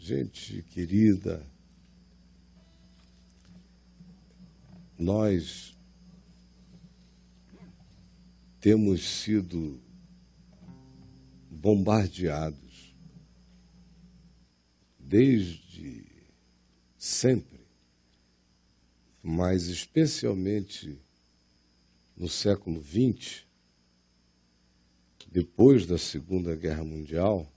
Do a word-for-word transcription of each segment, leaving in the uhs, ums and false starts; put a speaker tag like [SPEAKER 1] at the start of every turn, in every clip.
[SPEAKER 1] gente querida, nós temos sido bombardeados desde sempre, mas especialmente no século vinte, depois da Segunda Guerra Mundial,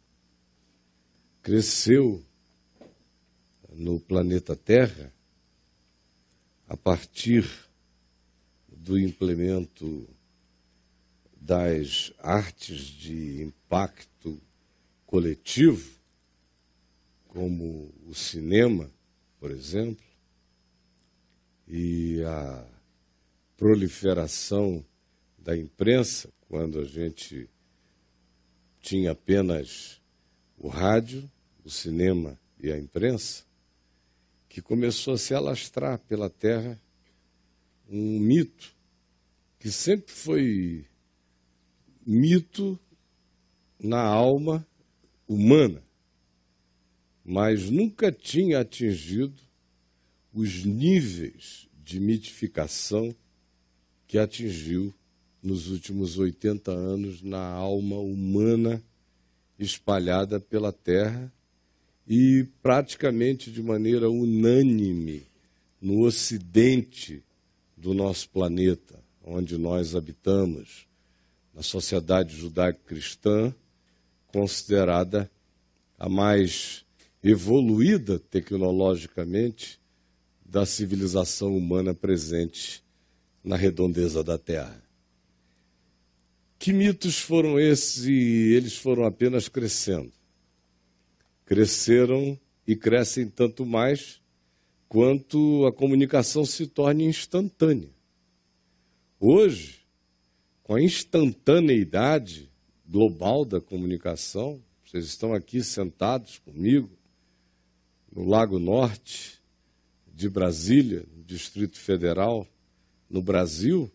[SPEAKER 1] cresceu no planeta Terra, a partir do implemento das artes de impacto coletivo, como o cinema, por exemplo, e a proliferação da imprensa, quando a gente tinha apenas o rádio, o cinema e a imprensa, que começou a se alastrar pela terra um mito que sempre foi mito na alma humana, mas nunca tinha atingido os níveis de mitificação que atingiu nos últimos oitenta anos na alma humana espalhada pela terra e praticamente de maneira unânime no ocidente do nosso planeta, onde nós habitamos, na sociedade judaico-cristã, considerada a mais evoluída tecnologicamente da civilização humana presente na redondeza da Terra. Que mitos foram esses? E eles foram apenas crescendo. Cresceram e crescem tanto mais quanto a comunicação se torna instantânea. Hoje, com a instantaneidade global da comunicação, vocês estão aqui sentados comigo, no Lago Norte de Brasília, no Distrito Federal, no Brasil,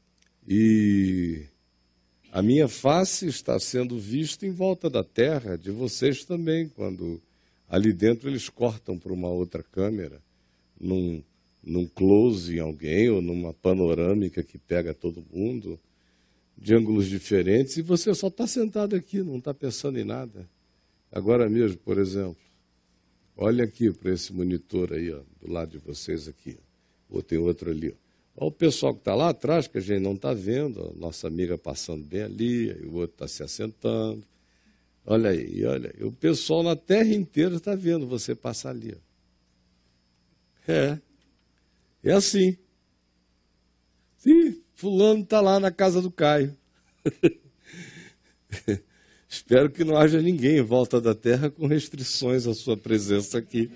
[SPEAKER 1] e a minha face está sendo vista em volta da Terra, de vocês também, quando ali dentro eles cortam para uma outra câmera, num, num close em alguém, ou numa panorâmica que pega todo mundo, de ângulos diferentes, e você só está sentado aqui, não está pensando em nada. Agora mesmo, por exemplo, olha aqui para esse monitor aí, ó, do lado de vocês aqui, ou tem outro ali, ó. Olha o pessoal que está lá atrás, que a gente não está vendo, a nossa amiga passando bem ali, e o outro está se assentando. Olha aí, olha aí. O pessoal na terra inteira está vendo você passar ali. Ó. É, é assim. Sim, fulano está lá na casa do Caio. Espero que não haja ninguém em volta da terra com restrições à sua presença aqui.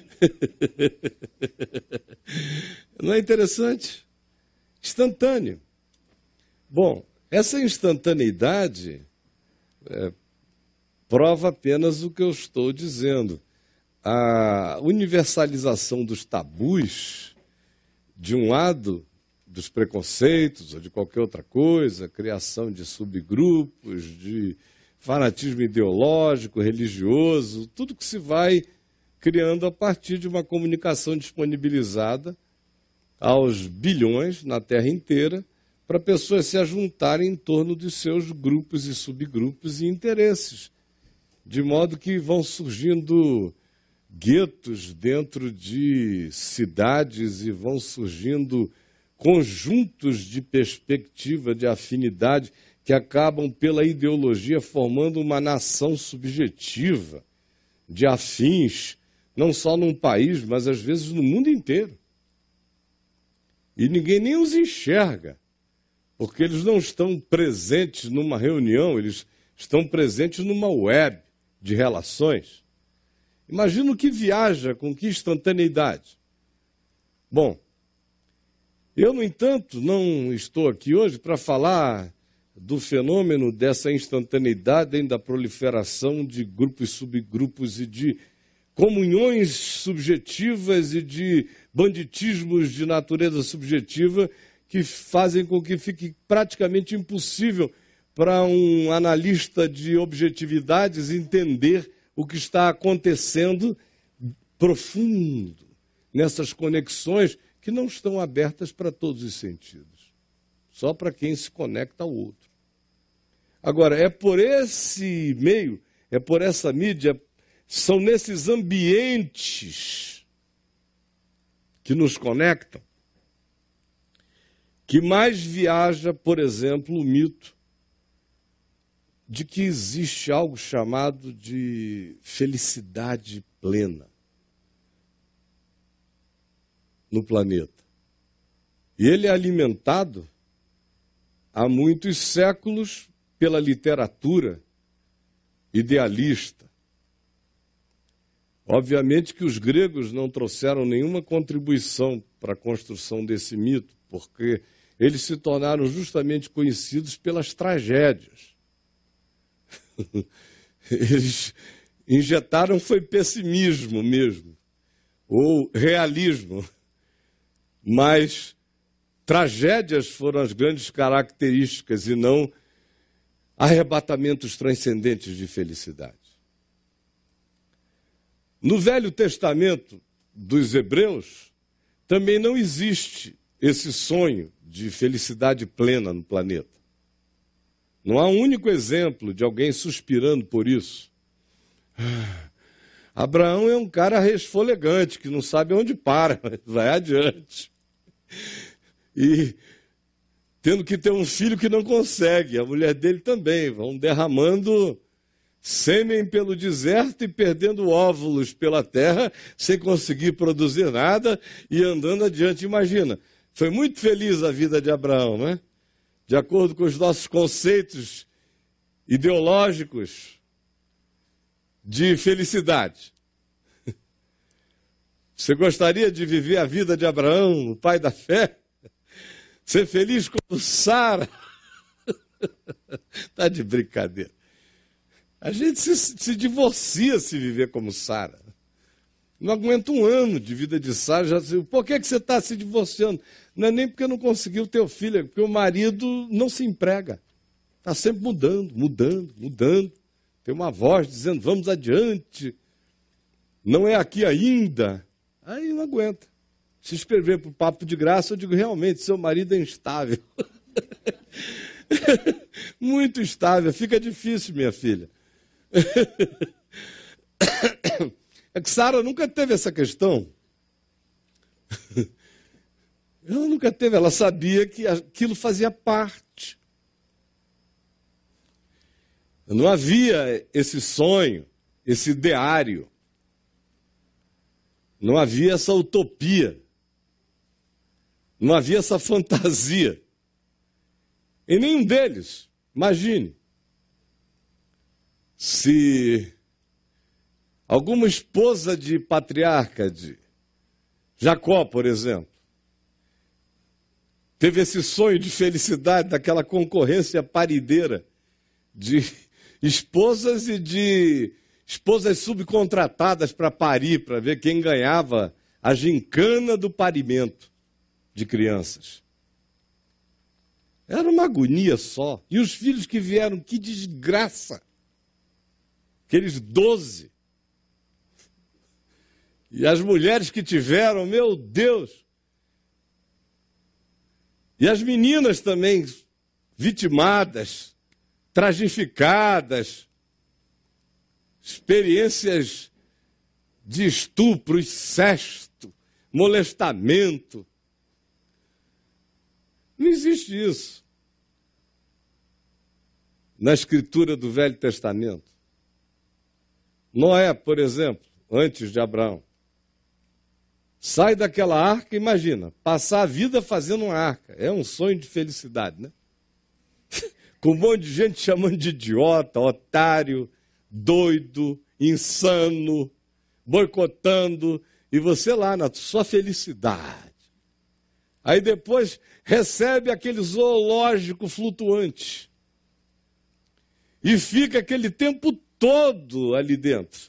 [SPEAKER 1] Não é interessante? Instantâneo. Bom, essa instantaneidade é, prova apenas o que eu estou dizendo. A universalização dos tabus, de um lado, dos preconceitos ou de qualquer outra coisa, criação de subgrupos, de fanatismo ideológico, religioso, tudo que se vai criando a partir de uma comunicação disponibilizada aos bilhões na Terra inteira, para pessoas se ajuntarem em torno dos seus grupos e subgrupos e interesses, de modo que vão surgindo guetos dentro de cidades e vão surgindo conjuntos de perspectiva, de afinidade, que acabam pela ideologia formando uma nação subjetiva de afins, não só num país, mas às vezes no mundo inteiro. E ninguém nem os enxerga, porque eles não estão presentes numa reunião, eles estão presentes numa web de relações. Imagina o que viaja, com que instantaneidade. Bom, eu, no entanto, não estou aqui hoje para falar do fenômeno dessa instantaneidade, da proliferação de grupos, subgrupos e de comunhões subjetivas e de banditismos de natureza subjetiva que fazem com que fique praticamente impossível para um analista de objetividades entender o que está acontecendo profundo nessas conexões que não estão abertas para todos os sentidos, só para quem se conecta ao outro. Agora, é por esse meio, é por essa mídia, são nesses ambientes que nos conectam, que mais viaja, por exemplo, o mito de que existe algo chamado de felicidade plena no planeta. E ele é alimentado há muitos séculos pela literatura idealista. Obviamente que os gregos não trouxeram nenhuma contribuição para a construção desse mito, porque eles se tornaram justamente conhecidos pelas tragédias. Eles injetaram foi pessimismo mesmo, ou realismo, mas tragédias foram as grandes características e não arrebatamentos transcendentes de felicidade. No Velho Testamento dos Hebreus, também não existe esse sonho de felicidade plena no planeta. Não há um único exemplo de alguém suspirando por isso. Abraão é um cara resfolegante, que não sabe onde para, mas vai adiante. E tendo que ter um filho que não consegue, a mulher dele também, vão derramando sêmen pelo deserto e perdendo óvulos pela terra, sem conseguir produzir nada e andando adiante. Imagina, foi muito feliz a vida de Abraão, né? De acordo com os nossos conceitos ideológicos de felicidade. Você gostaria de viver a vida de Abraão, o pai da fé? Ser feliz como Sara? Está de brincadeira. A gente se, se divorcia se viver como Sara. Não aguenta um ano de vida de Sara. Já se, por que, que você está se divorciando? Não é nem porque não conseguiu ter o filho, é porque o marido não se emprega. Está sempre mudando, mudando, mudando. Tem uma voz dizendo, vamos adiante. Não é aqui ainda. Aí não aguenta. Se inscrever para o Papo de Graça, eu digo, realmente, seu marido é instável. Muito instável. Fica difícil, minha filha. É que Sara nunca teve essa questão. Ela nunca teve, ela sabia que aquilo fazia parte. Não havia esse sonho, esse ideário. Não havia essa utopia. Não havia essa fantasia. Em nenhum deles. Imagine. Se alguma esposa de patriarca, de Jacó, por exemplo, teve esse sonho de felicidade daquela concorrência parideira de esposas e de esposas subcontratadas para parir, para ver quem ganhava a gincana do parimento de crianças. Era uma agonia só. E os filhos que vieram, que desgraça. Aqueles doze. E as mulheres que tiveram, meu Deus. E as meninas também, vitimadas, tragificadas, experiências de estupro, incesto, molestamento. Não existe isso na escritura do Velho Testamento. Noé, por exemplo, antes de Abraão, sai daquela arca, imagina, passar a vida fazendo uma arca. É um sonho de felicidade, né? Com um monte de gente chamando de idiota, otário, doido, insano, boicotando, e você lá na sua felicidade. Aí depois recebe aquele zoológico flutuante. E fica aquele tempo todo ali dentro.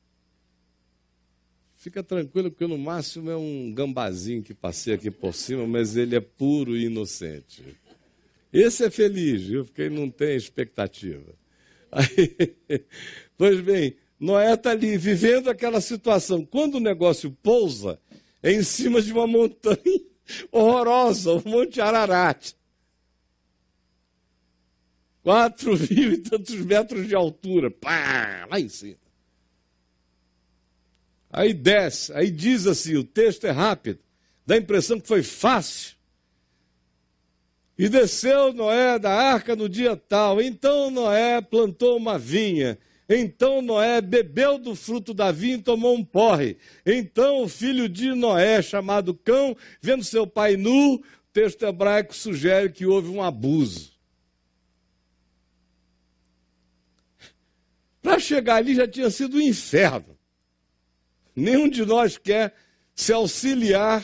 [SPEAKER 1] Fica tranquilo, porque no máximo é um gambazinho que passei aqui por cima, mas ele é puro e inocente. Esse é feliz, viu? Porque ele não tem expectativa. Aí, pois bem, Noé está ali vivendo aquela situação. Quando o negócio pousa, é em cima de uma montanha horrorosa, o Monte Ararat. Quatro mil e tantos metros de altura. Pá, lá em cima. Aí desce, aí diz assim, o texto é rápido, dá a impressão que foi fácil. E desceu Noé da arca no dia tal. Então Noé plantou uma vinha. Então Noé bebeu do fruto da vinha e tomou um porre. Então o filho de Noé, chamado Cão, vendo seu pai nu, o texto hebraico sugere que houve um abuso. Para chegar ali já tinha sido um inferno. Nenhum de nós quer se auxiliar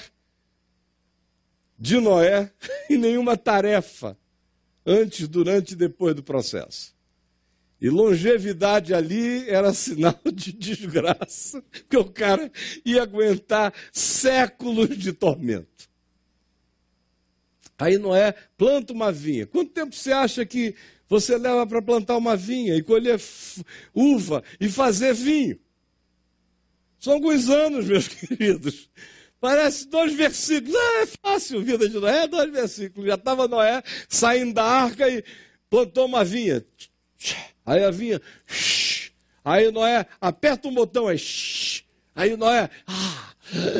[SPEAKER 1] de Noé em nenhuma tarefa, antes, durante e depois do processo. E longevidade ali era sinal de desgraça, porque o cara ia aguentar séculos de tormento. Aí Noé planta uma vinha. Quanto tempo você acha que você leva para plantar uma vinha e colher uva e fazer vinho? São alguns anos, meus queridos. Parece dois versículos. Ah, é fácil, vida de Noé, dois versículos. Já estava Noé saindo da arca e plantou uma vinha. Aí a vinha. Aí Noé aperta um botão. Aí, aí Noé. Ah,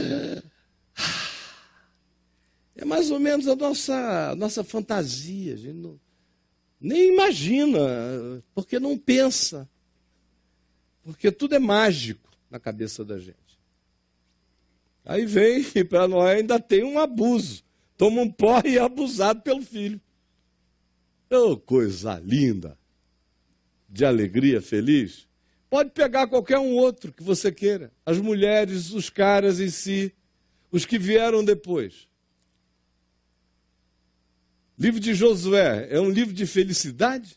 [SPEAKER 1] é mais ou menos a nossa, a nossa fantasia. A gente não, nem imagina, porque não pensa. Porque tudo é mágico na cabeça da gente. Aí vem, e para Noé ainda tem um abuso. Toma um porre e é abusado pelo filho. Oh, coisa linda. De alegria, feliz. Pode pegar qualquer um outro que você queira. As mulheres, os caras em si, os que vieram depois. Livro de Josué é um livro de felicidade?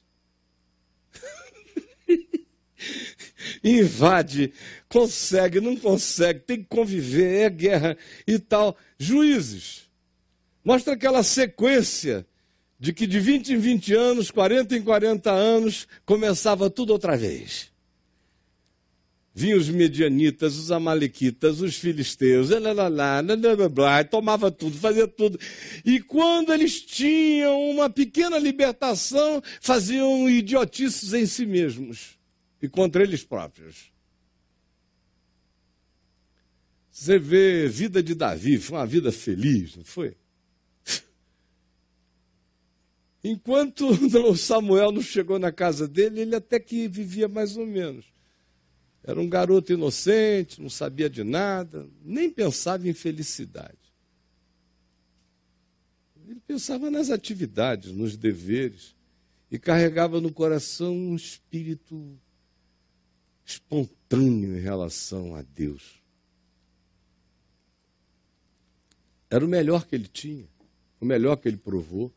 [SPEAKER 1] Invade, consegue, não consegue, tem que conviver, é guerra e tal. Juízes, mostra aquela sequência de que de vinte em vinte anos, quarenta em quarenta anos, começava tudo outra vez. Vinham os medianitas, os amalequitas, os filisteus, lá, lá, lá, blá, blá, blá, tomava tudo, fazia tudo. E quando eles tinham uma pequena libertação, faziam idiotices em si mesmos. E contra eles próprios. Você vê a vida de Davi, foi uma vida feliz, não foi? Enquanto Samuel não chegou na casa dele, ele até que vivia mais ou menos. Era um garoto inocente, não sabia de nada, nem pensava em felicidade. Ele pensava nas atividades, nos deveres, e carregava no coração um espírito espontâneo em relação a Deus. Era o melhor que ele tinha, o melhor que ele provou.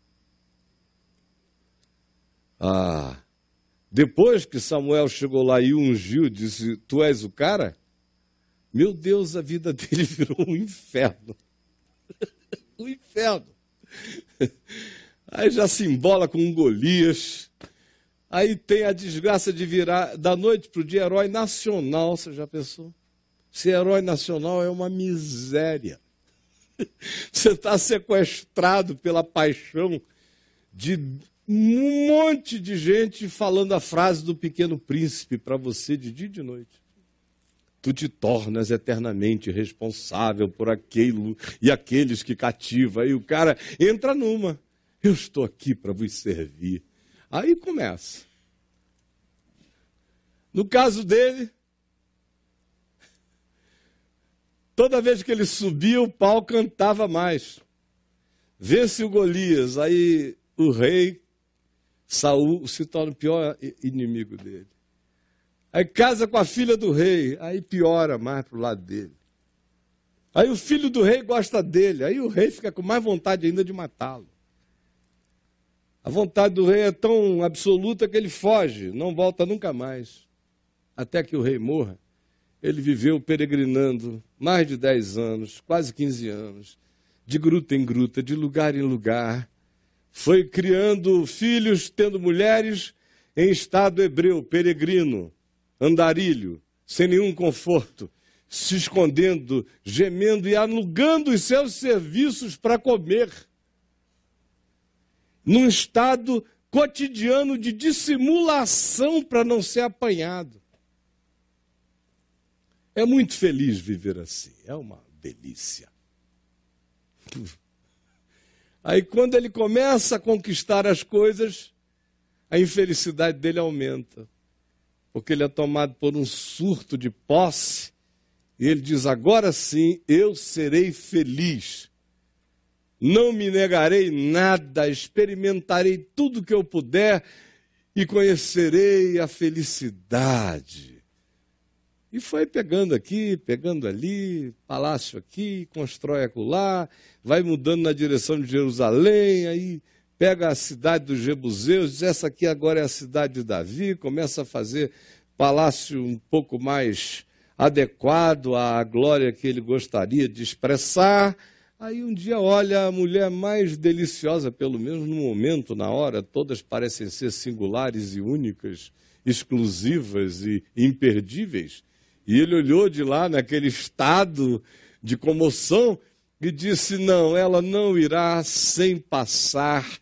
[SPEAKER 1] Ah, depois que Samuel chegou lá e o ungiu, disse, tu és o cara? Meu Deus, a vida dele virou um inferno. Um inferno. Aí já se embola com um Golias. Aí tem a desgraça de virar da noite para o dia herói nacional. Você já pensou? Ser herói nacional é uma miséria. Você está sequestrado pela paixão de um monte de gente falando a frase do Pequeno Príncipe para você de dia e de noite. Tu te tornas eternamente responsável por aquilo e aqueles que cativa. Aí o cara entra numa. Eu estou aqui para vos servir. Aí começa. No caso dele, toda vez que ele subia, o pau cantava mais. Vence o Golias, aí o rei Saul se torna o pior inimigo dele. Aí casa com a filha do rei, aí piora mais para o lado dele. Aí o filho do rei gosta dele, aí o rei fica com mais vontade ainda de matá-lo. A vontade do rei é tão absoluta que ele foge, não volta nunca mais. Até que o rei morra, ele viveu peregrinando mais de dez anos, quase quinze anos, de gruta em gruta, de lugar em lugar. Foi criando filhos, tendo mulheres em estado hebreu, peregrino. andarilho, sem nenhum conforto, se escondendo, gemendo e alugando os seus serviços para comer, num estado cotidiano de dissimulação para não ser apanhado. É muito feliz viver assim, é uma delícia. Aí quando ele começa a conquistar as coisas, a infelicidade dele aumenta, porque ele é tomado por um surto de posse, e ele diz, agora sim eu serei feliz, não me negarei nada, experimentarei tudo que eu puder e conhecerei a felicidade. E foi pegando aqui, pegando ali, palácio aqui, constrói acolá, vai mudando na direção de Jerusalém, aí pega a cidade dos Jebuseus, diz, essa aqui agora é a cidade de Davi, começa a fazer palácio um pouco mais adequado à glória que ele gostaria de expressar. Aí um dia olha a mulher mais deliciosa, pelo menos no momento, na hora, todas parecem ser singulares e únicas, exclusivas e imperdíveis. E ele olhou de lá naquele estado de comoção e disse, não, ela não irá sem passar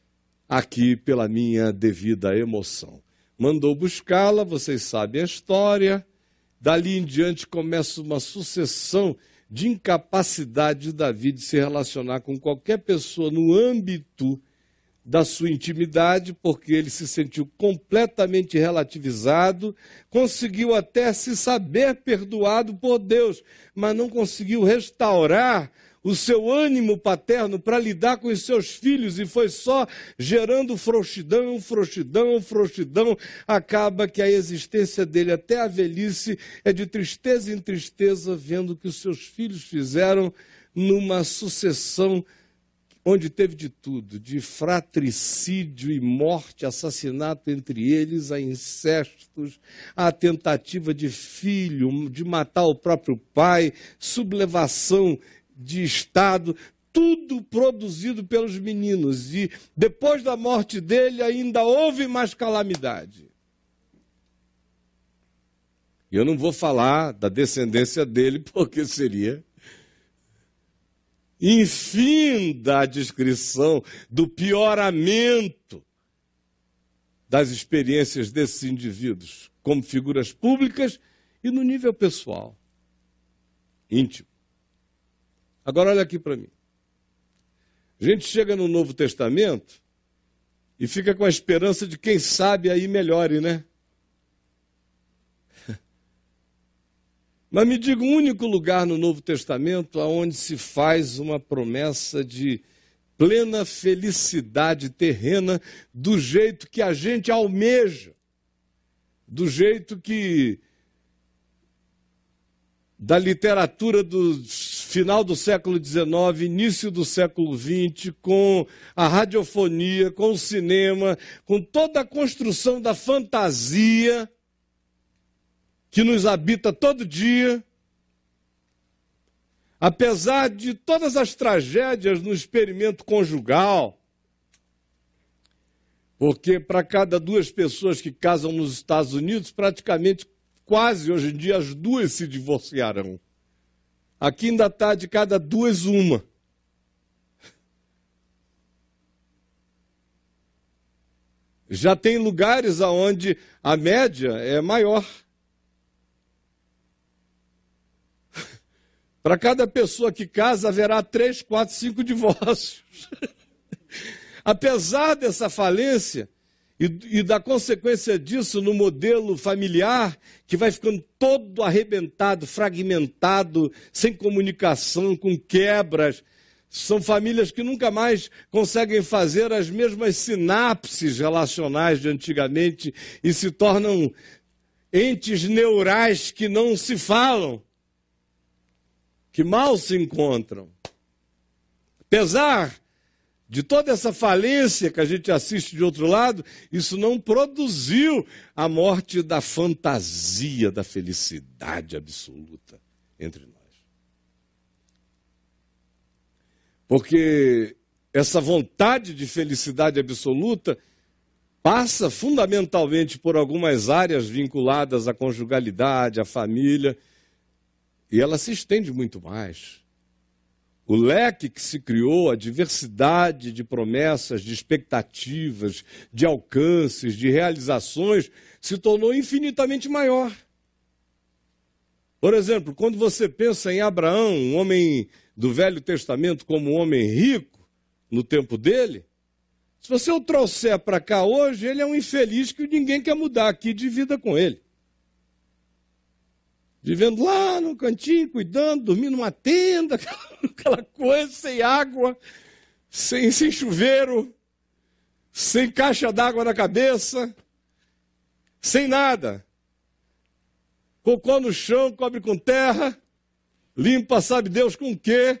[SPEAKER 1] aqui pela minha devida emoção. Mandou buscá-la, vocês sabem a história. Dali em diante começa uma sucessão de incapacidade de Davi de se relacionar com qualquer pessoa no âmbito da sua intimidade, porque ele se sentiu completamente relativizado, conseguiu até se saber perdoado por Deus, mas não conseguiu restaurar o seu ânimo paterno para lidar com os seus filhos, e foi só gerando frouxidão, frouxidão, frouxidão. Acaba que a existência dele até a velhice é de tristeza em tristeza, vendo que os seus filhos fizeram numa sucessão onde teve de tudo, de fratricídio e morte, assassinato entre eles, a incestos, a tentativa de filho, de matar o próprio pai, sublevação de Estado, tudo produzido pelos meninos. E depois da morte dele ainda houve mais calamidade. E eu não vou falar da descendência dele, porque seria infinda a descrição do pioramento das experiências desses indivíduos, como figuras públicas e no nível pessoal, íntimo. Agora olha aqui para mim. A gente chega no Novo Testamento e fica com a esperança de quem sabe aí melhore, né? Mas me diga um único lugar no Novo Testamento onde se faz uma promessa de plena felicidade terrena do jeito que a gente almeja, do jeito que da literatura do final do século dezenove, início do século vinte, com a radiofonia, com o cinema, com toda a construção da fantasia que nos habita todo dia, apesar de todas as tragédias no experimento conjugal, porque para cada duas pessoas que casam nos Estados Unidos, praticamente quase hoje em dia as duas se divorciarão. Aqui ainda está de cada duas uma. Já tem lugares onde a média é maior. Para cada pessoa que casa, haverá três, quatro, cinco divórcios. Apesar dessa falência e, e da consequência disso no modelo familiar, que vai ficando todo arrebentado, fragmentado, sem comunicação, com quebras, são famílias que nunca mais conseguem fazer as mesmas sinapses relacionais de antigamente e se tornam entes neurais que não se falam, que mal se encontram. Apesar de toda essa falência que a gente assiste de outro lado, isso não produziu a morte da fantasia, da felicidade absoluta entre nós. Porque essa vontade de felicidade absoluta passa fundamentalmente por algumas áreas vinculadas à conjugalidade, à família, e ela se estende muito mais. O leque que se criou, a diversidade de promessas, de expectativas, de alcances, de realizações, se tornou infinitamente maior. Por exemplo, quando você pensa em Abraão, um homem do Velho Testamento como um homem rico no tempo dele, se você o trouxer para cá hoje, ele é um infeliz que ninguém quer mudar aqui de vida com ele. Vivendo lá no cantinho, cuidando, dormindo numa tenda, aquela coisa, sem água, sem, sem chuveiro, sem caixa d'água na cabeça, sem nada. Cocô no chão, cobre com terra, limpa sabe Deus com o quê.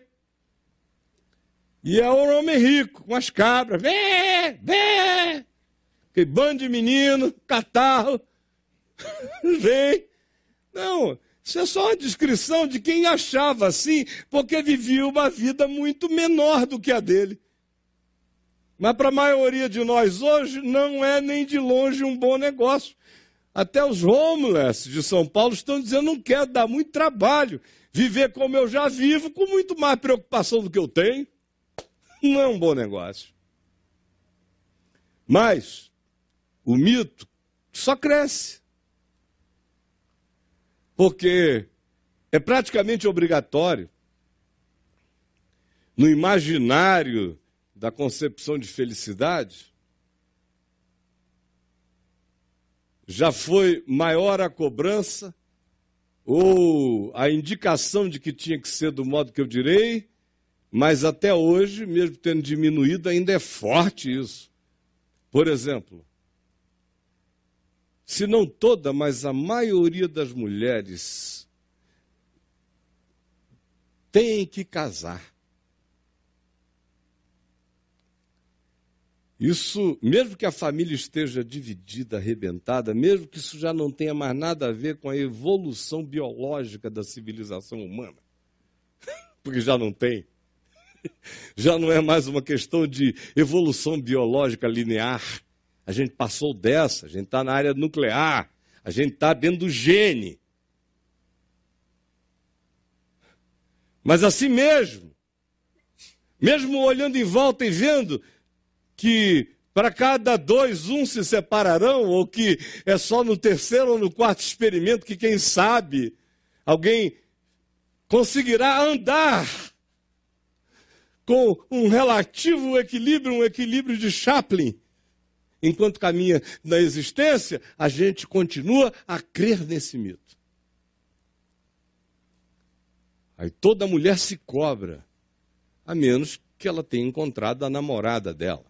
[SPEAKER 1] E é um homem rico, com as cabras, bé, bé, aquele bando de menino, catarro, vem. Não, isso é só uma descrição de quem achava assim, porque vivia uma vida muito menor do que a dele. Mas para a maioria de nós hoje, não é nem de longe um bom negócio. Até os homeless de São Paulo estão dizendo, não quero dar muito trabalho, viver como eu já vivo, com muito mais preocupação do que eu tenho. Não é um bom negócio. Mas o mito só cresce. Porque é praticamente obrigatório, no imaginário da concepção de felicidade, já foi maior a cobrança ou a indicação de que tinha que ser do modo que eu direi, mas até hoje, mesmo tendo diminuído, ainda é forte isso. Por exemplo, se não toda, mas a maioria das mulheres tem que casar. Isso, mesmo que a família esteja dividida, arrebentada, mesmo que isso já não tenha mais nada a ver com a evolução biológica da civilização humana, porque já não tem, já não é mais uma questão de evolução biológica linear. A gente passou dessa, a gente está na área nuclear, a gente está dentro do gene. Mas assim mesmo, mesmo olhando em volta e vendo que para cada dois, um se separarão, ou que é só no terceiro ou no quarto experimento que, quem sabe, alguém conseguirá andar com um relativo equilíbrio, um equilíbrio de Chaplin. Enquanto caminha na existência, a gente continua a crer nesse mito. Aí toda mulher se cobra, a menos que ela tenha encontrado a namorada dela.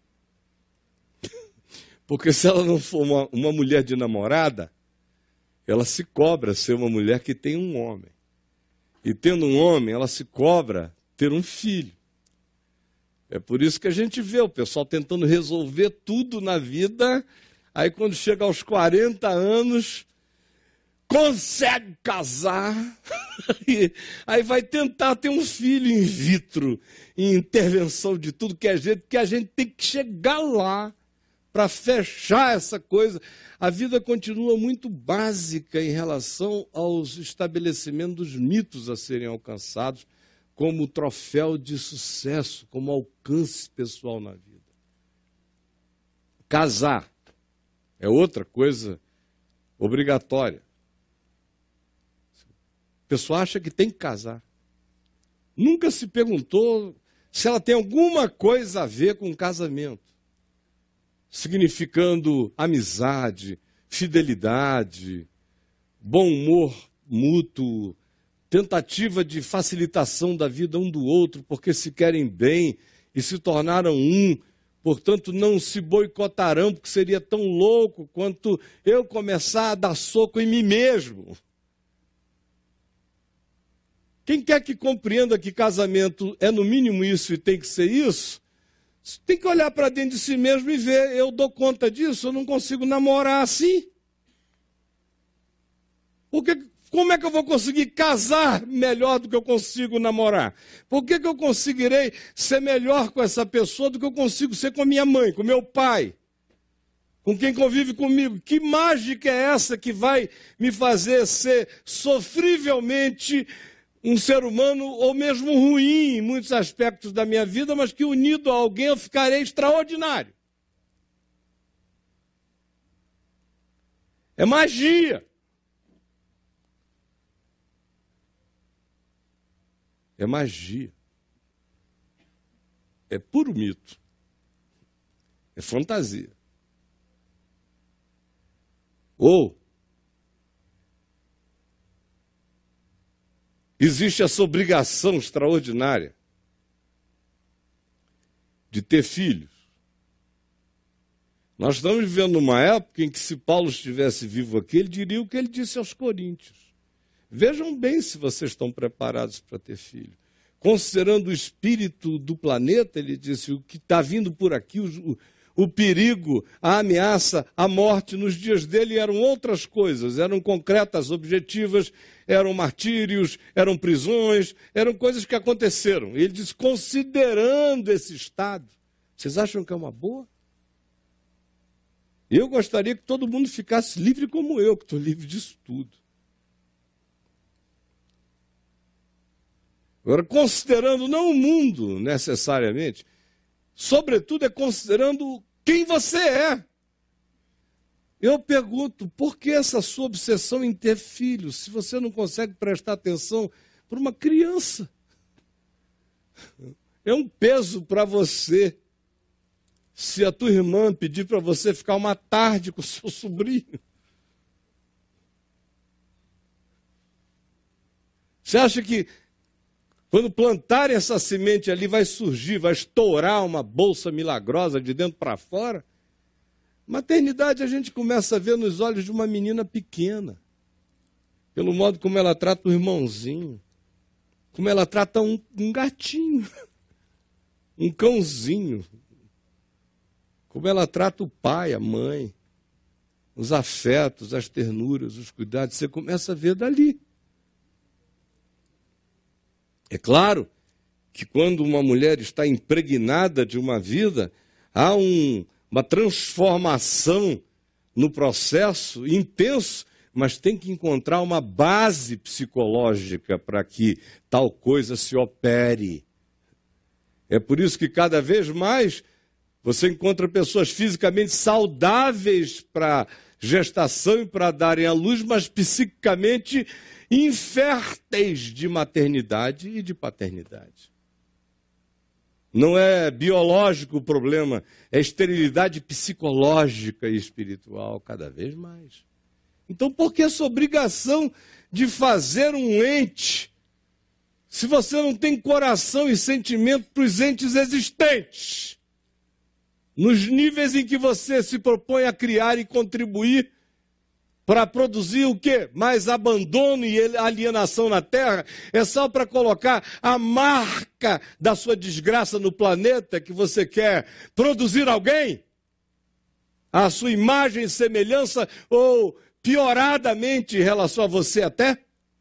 [SPEAKER 1] Porque se ela não for uma, uma mulher de namorada, ela se cobra ser uma mulher que tem um homem. E tendo um homem, ela se cobra ter um filho. É por isso que a gente vê o pessoal tentando resolver tudo na vida, aí quando chega aos quarenta anos, consegue casar, aí vai tentar ter um filho in vitro, em intervenção de tudo que é jeito, que a gente tem que chegar lá para fechar essa coisa. A vida continua muito básica em relação aos estabelecimentos dos mitos a serem alcançados, como troféu de sucesso, como alcance pessoal na vida. Casar é outra coisa obrigatória. A pessoa acha que tem que casar. Nunca se perguntou se ela tem alguma coisa a ver com casamento, significando amizade, fidelidade, bom humor mútuo, tentativa de facilitação da vida um do outro, porque se querem bem e se tornaram um, portanto não se boicotarão, porque seria tão louco quanto eu começar a dar soco em mim mesmo. Quem quer que compreenda que casamento é no mínimo isso e tem que ser isso, tem que olhar para dentro de si mesmo e ver, eu dou conta disso, eu não consigo namorar assim. Porque como é que eu vou conseguir casar melhor do que eu consigo namorar? Por que que eu conseguirei ser melhor com essa pessoa do que eu consigo ser com a minha mãe, com meu pai? com quem convive comigo. Que mágica é essa que vai me fazer ser sofrivelmente um ser humano, ou mesmo ruim em muitos aspectos da minha vida, mas que unido a alguém eu ficarei extraordinário? É magia. É magia. É puro mito. É fantasia. Ou existe essa obrigação extraordinária de ter filhos. Nós estamos vivendo numa época em que, se Paulo estivesse vivo aqui, ele diria o que ele disse aos Coríntios. Vejam bem se vocês estão preparados para ter filho. Considerando o espírito do planeta, ele disse, o que está vindo por aqui, o, o perigo, a ameaça, a morte, nos dias dele eram outras coisas, eram concretas, objetivas, eram martírios, eram prisões, eram coisas que aconteceram. Ele diz, considerando esse estado, vocês acham que é uma boa? Eu gostaria que todo mundo ficasse livre como eu, que estou livre disso tudo. Agora, considerando não o mundo necessariamente, sobretudo é considerando quem você é. Eu pergunto, por que essa sua obsessão em ter filhos, se você não consegue prestar atenção para uma criança? É um peso para você. Se a tua irmã pedir para você ficar uma tarde com o seu sobrinho. Você acha que quando plantarem essa semente ali vai surgir, vai estourar uma bolsa milagrosa de dentro para fora? Maternidade a gente começa a ver nos olhos de uma menina pequena, pelo modo como ela trata o irmãozinho, como ela trata um, um gatinho, um cãozinho, como ela trata o pai, a mãe, os afetos, as ternuras, os cuidados, você começa a ver dali. É claro que quando uma mulher está impregnada de uma vida, há um, uma transformação no processo intenso, mas tem que encontrar uma base psicológica para que tal coisa se opere. É por isso que cada vez mais você encontra pessoas fisicamente saudáveis para gestação e para darem à luz, mas psiquicamente inférteis de maternidade e de paternidade. Não é biológico o problema, é esterilidade psicológica e espiritual, cada vez mais. Então, por que essa obrigação de fazer um ente, se você não tem coração e sentimento para os entes existentes? Nos níveis em que você se propõe a criar e contribuir para produzir o quê? Mais abandono e alienação na Terra? É só para colocar a marca da sua desgraça no planeta que você quer produzir alguém? A sua imagem e semelhança ou pioradamente em relação a você até?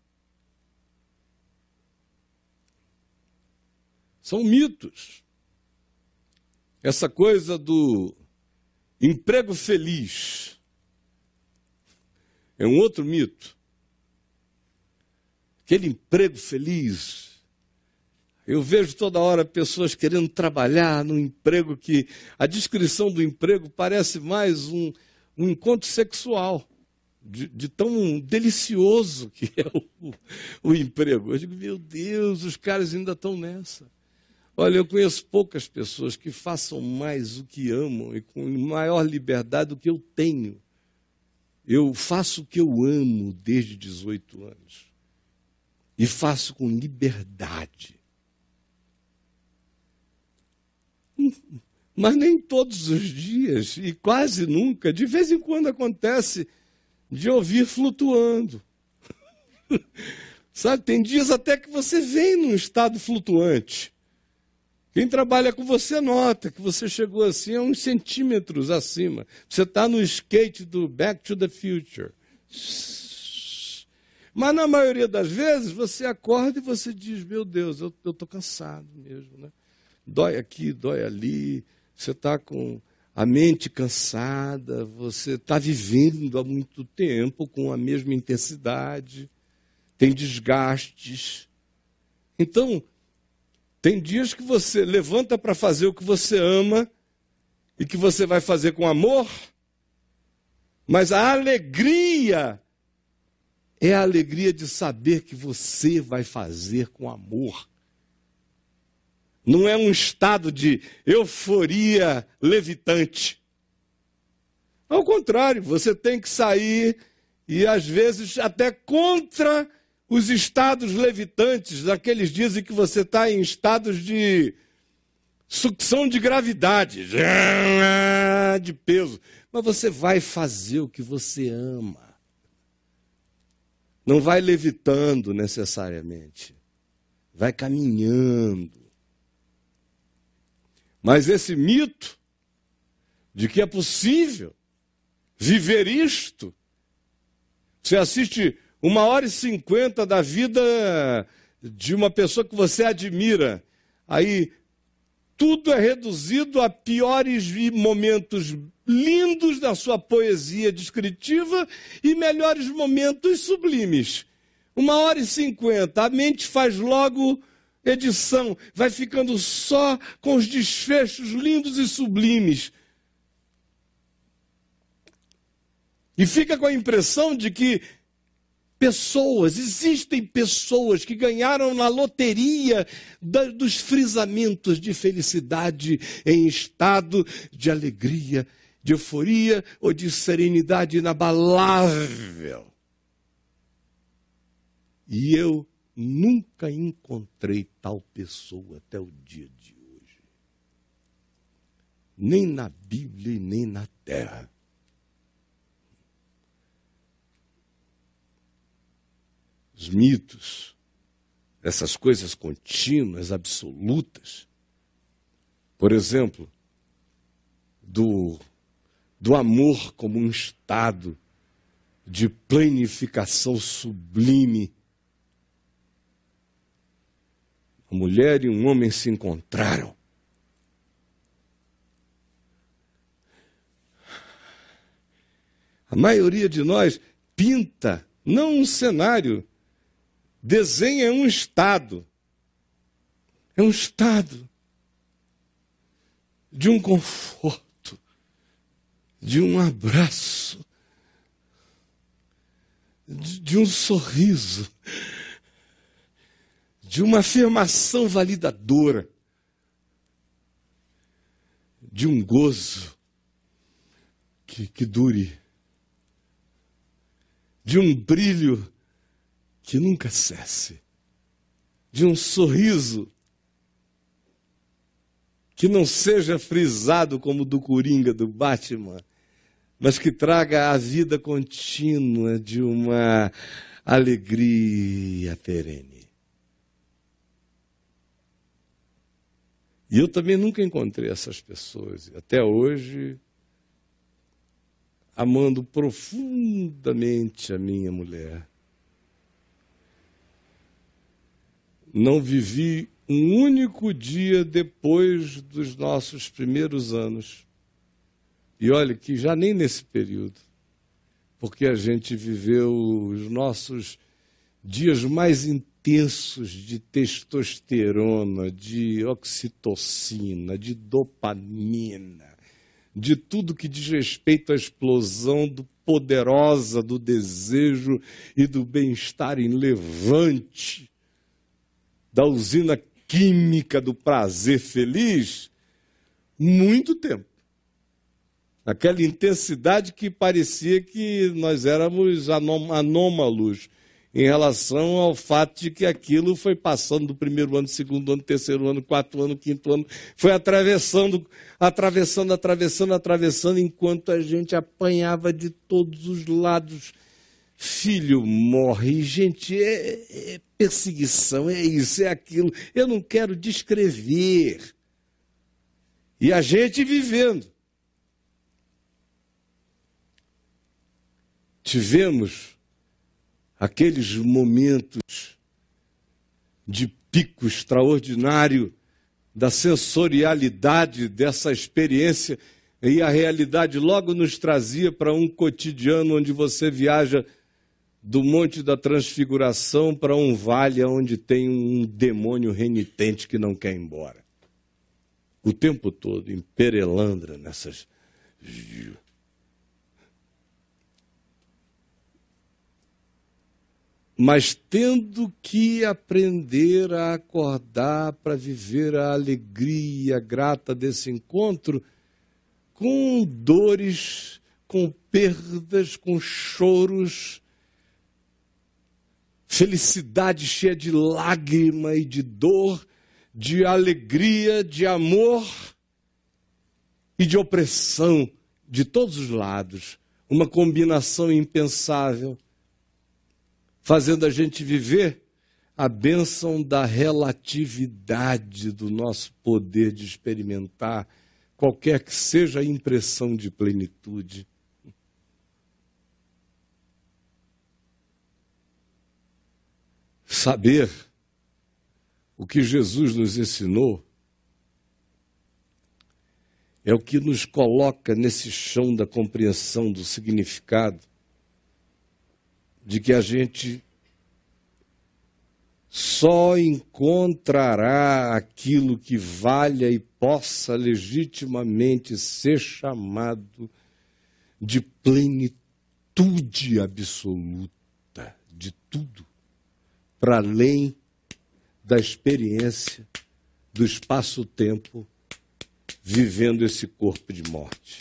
[SPEAKER 1] São mitos. Essa coisa do emprego feliz é um outro mito. Aquele emprego feliz. Eu vejo toda hora pessoas querendo trabalhar num emprego que a descrição do emprego parece mais um, um encontro sexual, de, de tão delicioso que é o, o emprego. Eu digo, meu Deus, os caras ainda estão nessa. Olha, eu conheço poucas pessoas que façam mais o que amam e com maior liberdade do que eu tenho. Eu faço o que eu amo desde dezoito anos. E faço com liberdade. Mas nem todos os dias, e quase nunca, de vez em quando acontece de ouvir flutuando. Sabe, tem dias até que você vem num estado flutuante. Quem trabalha com você nota que você chegou assim a uns centímetros acima. Você está no skate do Back to the Future. Mas na maioria das vezes você acorda e você diz, meu Deus, eu estou cansado mesmo, né? Dói aqui, dói ali. Você está com a mente cansada, você está vivendo há muito tempo com a mesma intensidade, tem desgastes. Então, tem dias que você levanta para fazer o que você ama e que você vai fazer com amor, mas a alegria é a alegria de saber que você vai fazer com amor. Não é um estado de euforia levitante. Ao contrário, você tem que sair e às vezes até contra os estados levitantes, daqueles dias em que você está em estados de sucção de gravidade, de peso. Mas você vai fazer o que você ama. Não vai levitando necessariamente. Vai caminhando. Mas esse mito de que é possível viver isto, você assiste uma hora e cinquenta da vida de uma pessoa que você admira, aí tudo é reduzido a piores momentos lindos da sua poesia descritiva e melhores momentos sublimes. Uma hora e cinquenta, a mente faz logo edição, vai ficando só com os desfechos lindos e sublimes. E fica com a impressão de que pessoas, existem pessoas que ganharam na loteria da, dos frisamentos de felicidade em estado de alegria, de euforia ou de serenidade inabalável. E eu nunca encontrei tal pessoa até o dia de hoje. Nem na Bíblia e nem na terra. Os mitos, essas coisas contínuas, absolutas. Por exemplo, do, do amor como um estado de planificação sublime. Uma mulher e um homem se encontraram. A maioria de nós pinta, não um cenário, desenha um estado. É um estado de um conforto, de um abraço, de, de um sorriso, de uma afirmação validadora, de um gozo que, que dure, de um brilho que nunca cesse, de um sorriso que não seja frisado como o do Coringa, do Batman, mas que traga a vida contínua de uma alegria perene. E eu também nunca encontrei essas pessoas, até hoje, amando profundamente a minha mulher. Não vivi um único dia depois dos nossos primeiros anos. E olha que já nem nesse período, porque a gente viveu os nossos dias mais intensos de testosterona, de oxitocina, de dopamina, de tudo que diz respeito à explosão do poderosa do desejo e do bem-estar em levante, da usina química do prazer feliz, muito tempo. Aquela intensidade que parecia que nós éramos anômalos em relação ao fato de que aquilo foi passando do primeiro ano, segundo ano, terceiro ano, quarto ano, quinto ano, foi atravessando, atravessando, atravessando, atravessando, enquanto a gente apanhava de todos os lados. Filho morre, gente, é, é perseguição, é isso, é aquilo. Eu não quero descrever. E a gente vivendo. Tivemos aqueles momentos de pico extraordinário da sensorialidade dessa experiência E a realidade logo nos trazia para um cotidiano onde você viaja do Monte da Transfiguração para um vale onde tem um demônio renitente que não quer ir embora. O tempo todo, em Perelandra, nessas... Mas tendo que aprender a acordar para viver a alegria grata desse encontro, com dores, com perdas, com choros, felicidade cheia de lágrima e de dor, de alegria, de amor e de opressão de todos os lados. Uma combinação impensável, fazendo a gente viver a bênção da relatividade do nosso poder de experimentar qualquer que seja a impressão de plenitude. Saber o que Jesus nos ensinou é o que nos coloca nesse chão da compreensão do significado de que a gente só encontrará aquilo que valha e possa legitimamente ser chamado de plenitude absoluta de tudo, para além da experiência do espaço-tempo, vivendo esse corpo de morte.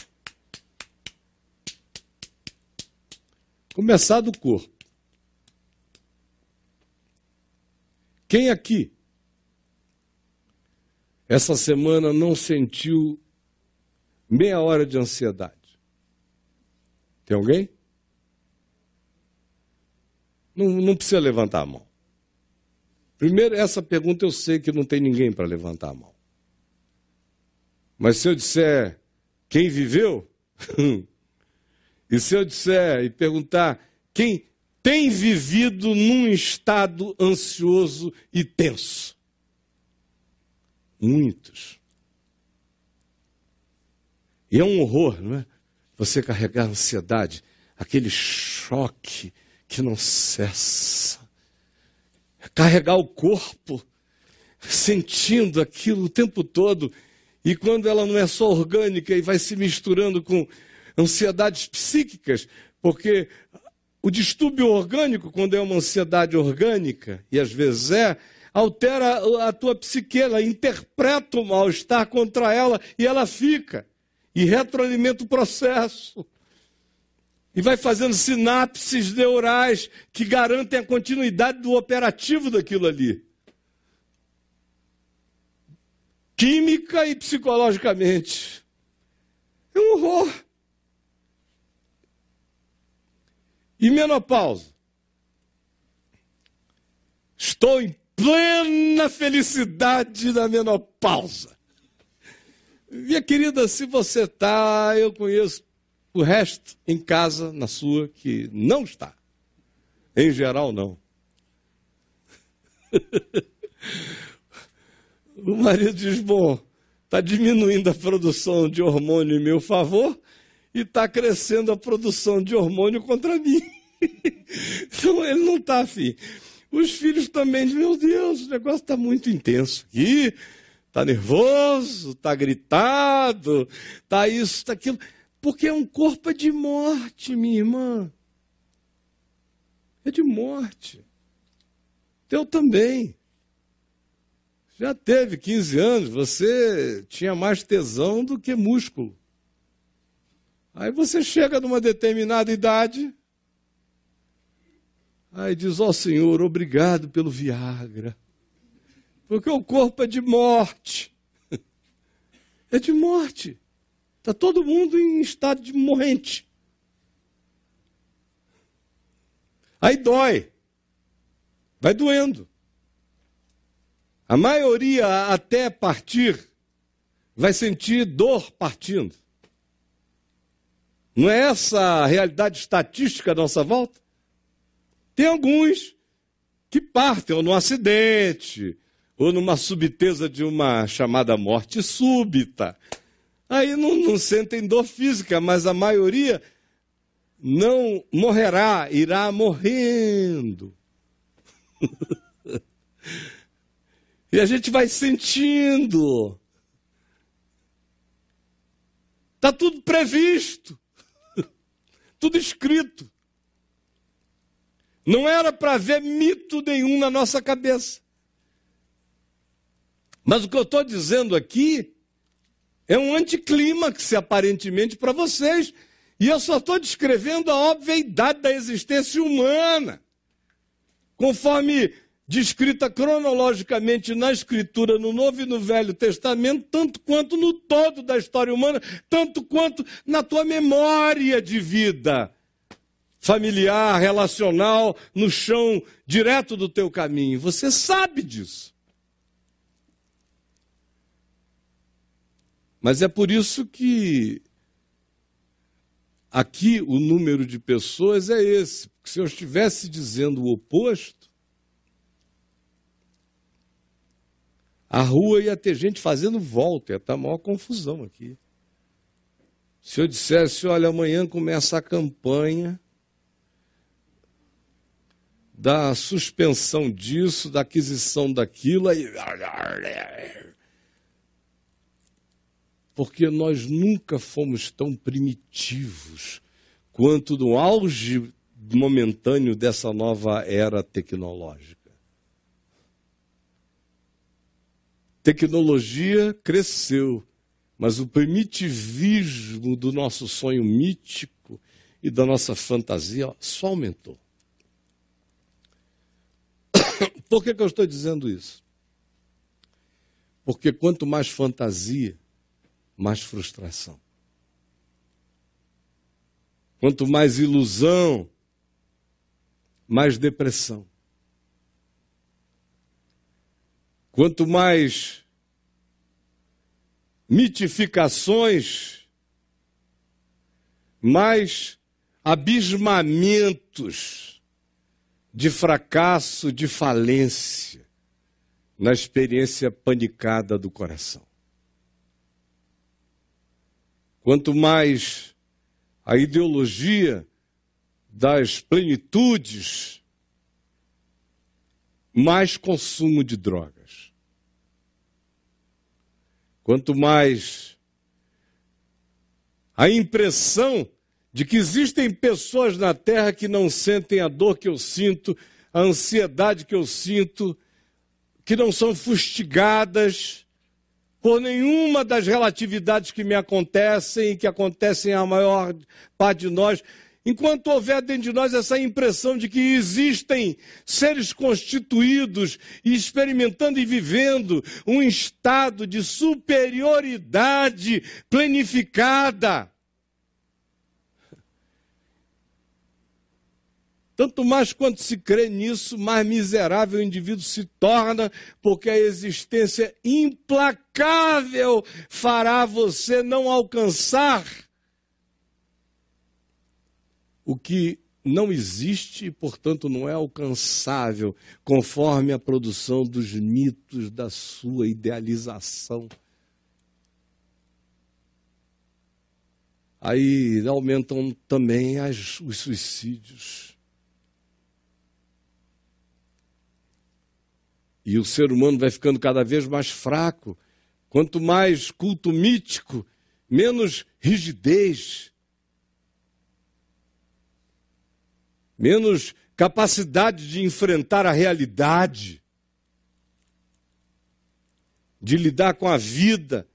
[SPEAKER 1] Começar do corpo. Quem aqui, essa semana, não sentiu meia hora de ansiedade? Tem alguém? Não, não precisa levantar a mão. Primeiro, essa pergunta eu sei que não tem ninguém para levantar a mão. Mas se eu disser quem viveu, e se eu disser e perguntar quem tem vivido num estado ansioso e tenso? Muitos. E é um horror, não é? Você carregar a ansiedade, aquele choque que não cessa. Carregar o corpo, sentindo aquilo o tempo todo, e quando ela não é só orgânica e vai se misturando com ansiedades psíquicas, porque o distúrbio orgânico, quando é uma ansiedade orgânica, e às vezes é, altera a tua psique, ela interpreta o mal-estar contra ela e ela fica, e retroalimenta o processo. E vai fazendo sinapses neurais que garantem a continuidade do operativo daquilo ali. Química e psicologicamente. É um horror. E menopausa. Estou em plena felicidade da menopausa. Minha querida, se você está, eu conheço o resto em casa, na sua, que não está. Em geral, não. O marido diz, bom, está diminuindo a produção de hormônio em meu favor e está crescendo a produção de hormônio contra mim. Então, ele não está afim. Os filhos também dizem, meu Deus, o negócio está muito intenso aqui, está nervoso, está gritado, está isso, está aquilo. Porque é um corpo de morte, minha irmã. É de morte. Eu também. Já teve quinze anos, você tinha mais tesão do que músculo. Aí você chega numa determinada idade, aí diz, ó Senhor, obrigado pelo Viagra. Porque o corpo é de morte. É de morte. Está todo mundo em estado de morrente. Aí dói. Vai doendo. A maioria, até partir, vai sentir dor partindo. Não é essa a realidade estatística à nossa volta? Tem alguns que partem ou num acidente, ou numa subtesa de uma chamada morte súbita. aí não, não sentem dor física, mas a maioria não morrerá, irá morrendo. E a gente vai sentindo. Está tudo previsto, tudo escrito. Não era para haver mito nenhum na nossa cabeça. Mas o que eu estou dizendo aqui é um anticlímax, aparentemente, para vocês. E eu só estou descrevendo a obviedade da existência humana, conforme descrita cronologicamente na Escritura, no Novo e no Velho Testamento, tanto quanto no todo da história humana, tanto quanto na tua memória de vida familiar, relacional, no chão direto do teu caminho. Você sabe disso. Mas é por isso que aqui o número de pessoas é esse. Porque se eu estivesse dizendo o oposto, a rua ia ter gente fazendo volta, ia estar a maior confusão aqui. Se eu dissesse, olha, amanhã começa a campanha da suspensão disso, da aquisição daquilo, aí... porque nós nunca fomos tão primitivos quanto no auge momentâneo dessa nova era tecnológica. Tecnologia cresceu, mas o primitivismo do nosso sonho mítico e da nossa fantasia só aumentou. Por que que eu estou dizendo isso? Porque quanto mais fantasia, mais frustração. Quanto mais ilusão, mais depressão. Quanto mais mitificações, mais abismamentos de fracasso, de falência na experiência panicada do coração. Quanto mais a ideologia das plenitudes, mais consumo de drogas. Quanto mais a impressão de que existem pessoas na Terra que não sentem a dor que eu sinto, a ansiedade que eu sinto, que não são fustigadas por nenhuma das relatividades que me acontecem e que acontecem à maior parte de nós. Enquanto houver dentro de nós essa impressão de que existem seres constituídos e experimentando e vivendo um estado de superioridade planificada, tanto mais quanto se crê nisso, mais miserável o indivíduo se torna, porque a existência implacável fará você não alcançar o que não existe e, portanto, não é alcançável, conforme a produção dos mitos da sua idealização. Aí aumentam também as, os suicídios. E o ser humano vai ficando cada vez mais fraco. Quanto mais culto mítico, menos rigidez, menos capacidade de enfrentar a realidade, de lidar com a vida,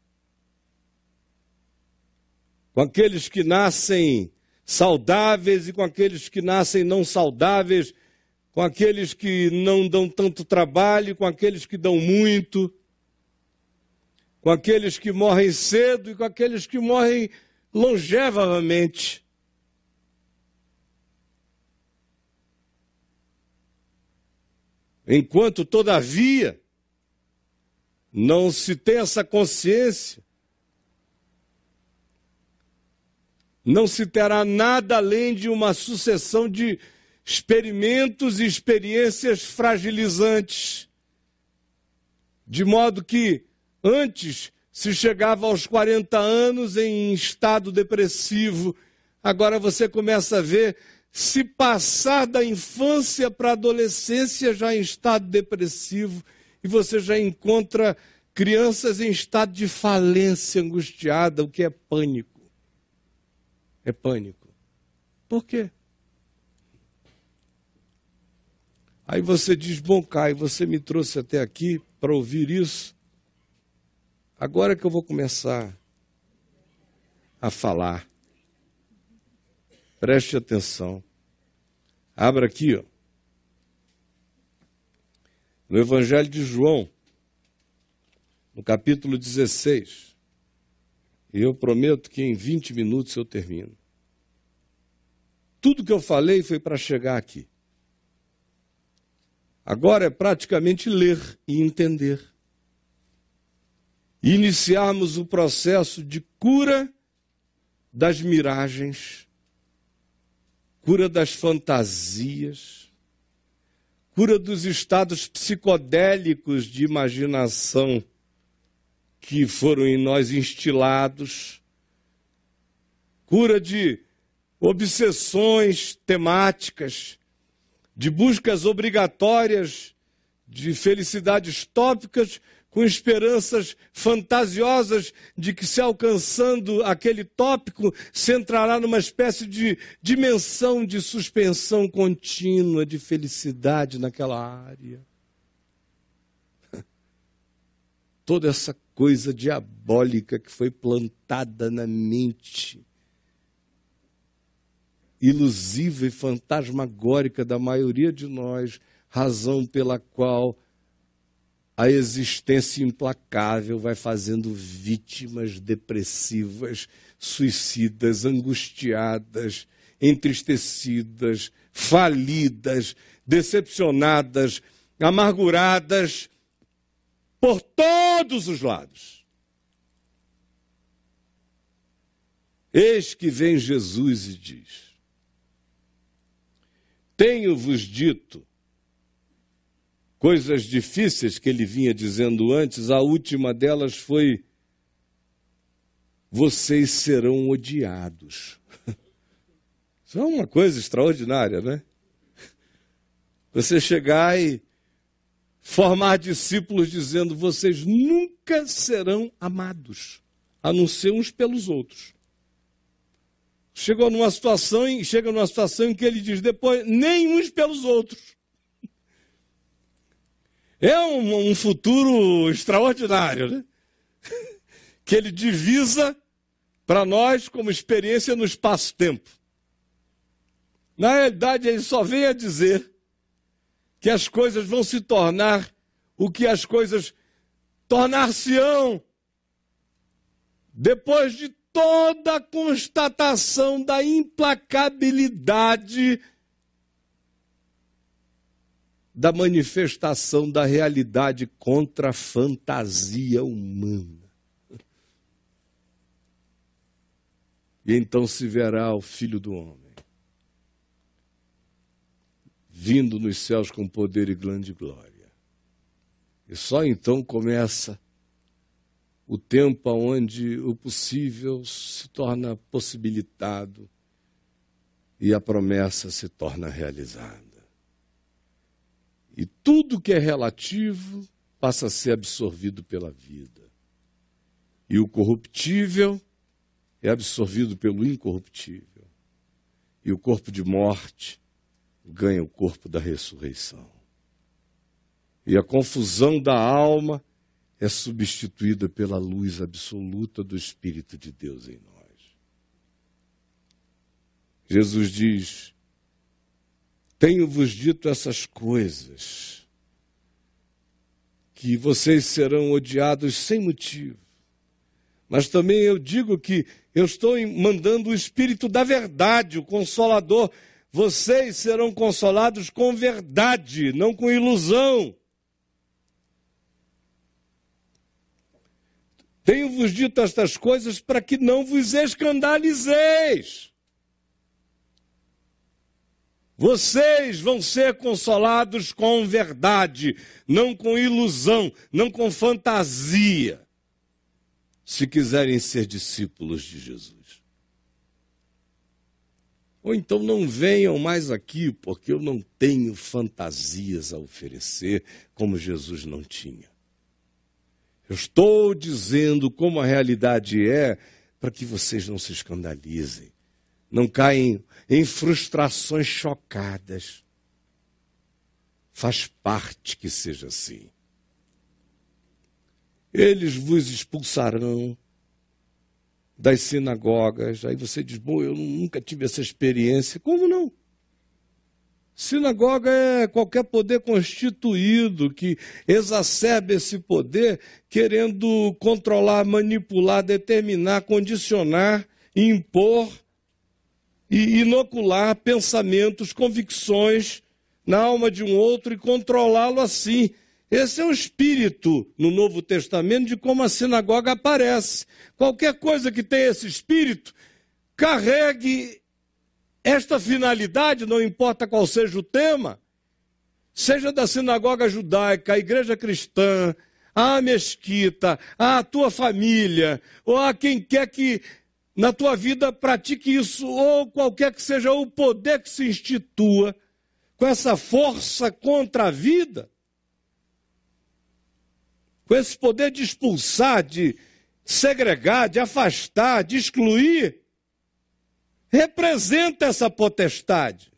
[SPEAKER 1] com aqueles que nascem saudáveis e com aqueles que nascem não saudáveis, com aqueles que não dão tanto trabalho, com aqueles que dão muito, com aqueles que morrem cedo e com aqueles que morrem longevamente. Enquanto, todavia, não se tem essa consciência, não se terá nada além de uma sucessão de experimentos e experiências fragilizantes, de modo que antes se chegava aos quarenta anos em estado depressivo, agora você começa a ver se passar da infância para a adolescência já em estado depressivo, e você já encontra crianças em estado de falência angustiada, o que é pânico. É pânico. Por quê? Aí você diz, bom, Caio, você me trouxe até aqui para ouvir isso. Agora que eu vou começar a falar. Preste atenção. Abra aqui, ó. No Evangelho de João, no capítulo dezesseis. E eu prometo que em vinte minutos eu termino. Tudo que eu falei foi para chegar aqui. Agora é praticamente ler e entender. E iniciarmos o processo de cura das miragens, cura das fantasias, cura dos estados psicodélicos de imaginação que foram em nós instilados, cura de obsessões temáticas, de buscas obrigatórias de felicidades tópicas com esperanças fantasiosas de que, se alcançando aquele tópico, se entrará numa espécie de dimensão de suspensão contínua de felicidade naquela área. Toda essa coisa diabólica que foi plantada na mente ilusiva e fantasmagórica da maioria de nós, razão pela qual a existência implacável vai fazendo vítimas depressivas, suicidas, angustiadas, entristecidas, falidas, decepcionadas, amarguradas, por todos os lados. Eis que vem Jesus e diz: tenho-vos dito coisas difíceis que ele vinha dizendo antes. A última delas foi: vocês serão odiados. Isso é uma coisa extraordinária, né? Você chegar e formar discípulos dizendo: vocês nunca serão amados, a não ser uns pelos outros. Chegou numa situação em, chega numa situação em que ele diz depois: nem uns pelos outros. É um, um futuro extraordinário, né? Que ele divisa para nós como experiência no espaço-tempo. Na realidade, ele só vem a dizer que as coisas vão se tornar o que as coisas tornar-se-ão depois de toda a constatação da implacabilidade da manifestação da realidade contra a fantasia humana. E então se verá o Filho do Homem vindo nos céus com poder e grande glória. E só então começa o tempo onde o possível se torna possibilitado e a promessa se torna realizada. E tudo que é relativo passa a ser absorvido pela vida. E o corruptível é absorvido pelo incorruptível. E o corpo de morte ganha o corpo da ressurreição. E a confusão da alma é substituída pela luz absoluta do Espírito de Deus em nós. Jesus diz: tenho-vos dito essas coisas, que vocês serão odiados sem motivo. Mas também eu digo que eu estou mandando o Espírito da verdade, o Consolador. Vocês serão consolados com verdade, não com ilusão. Tenho-vos dito estas coisas para que não vos escandalizeis. Vocês vão ser consolados com verdade, não com ilusão, não com fantasia. se quiserem ser discípulos de Jesus. Ou então não venham mais aqui, porque eu não tenho fantasias a oferecer, como Jesus não tinha. Eu estou dizendo como a realidade é, para que vocês não se escandalizem, não caem em frustrações chocadas. Faz parte que seja assim. Eles vos expulsarão das sinagogas. Aí você diz, bom, eu nunca tive essa experiência. Como não? Sinagoga é qualquer poder constituído que exacerbe esse poder, querendo controlar, manipular, determinar, condicionar, impor e inocular pensamentos, convicções na alma de um outro e controlá-lo assim. Esse é o espírito no Novo Testamento de como a sinagoga aparece. Qualquer coisa que tenha esse espírito, carregue esta finalidade, não importa qual seja o tema, seja da sinagoga judaica, a igreja cristã, a mesquita, a tua família, ou a quem quer que na tua vida pratique isso, ou qualquer que seja o poder que se institua com essa força contra a vida, com esse poder de expulsar, de segregar, de afastar, de excluir, representa essa potestade.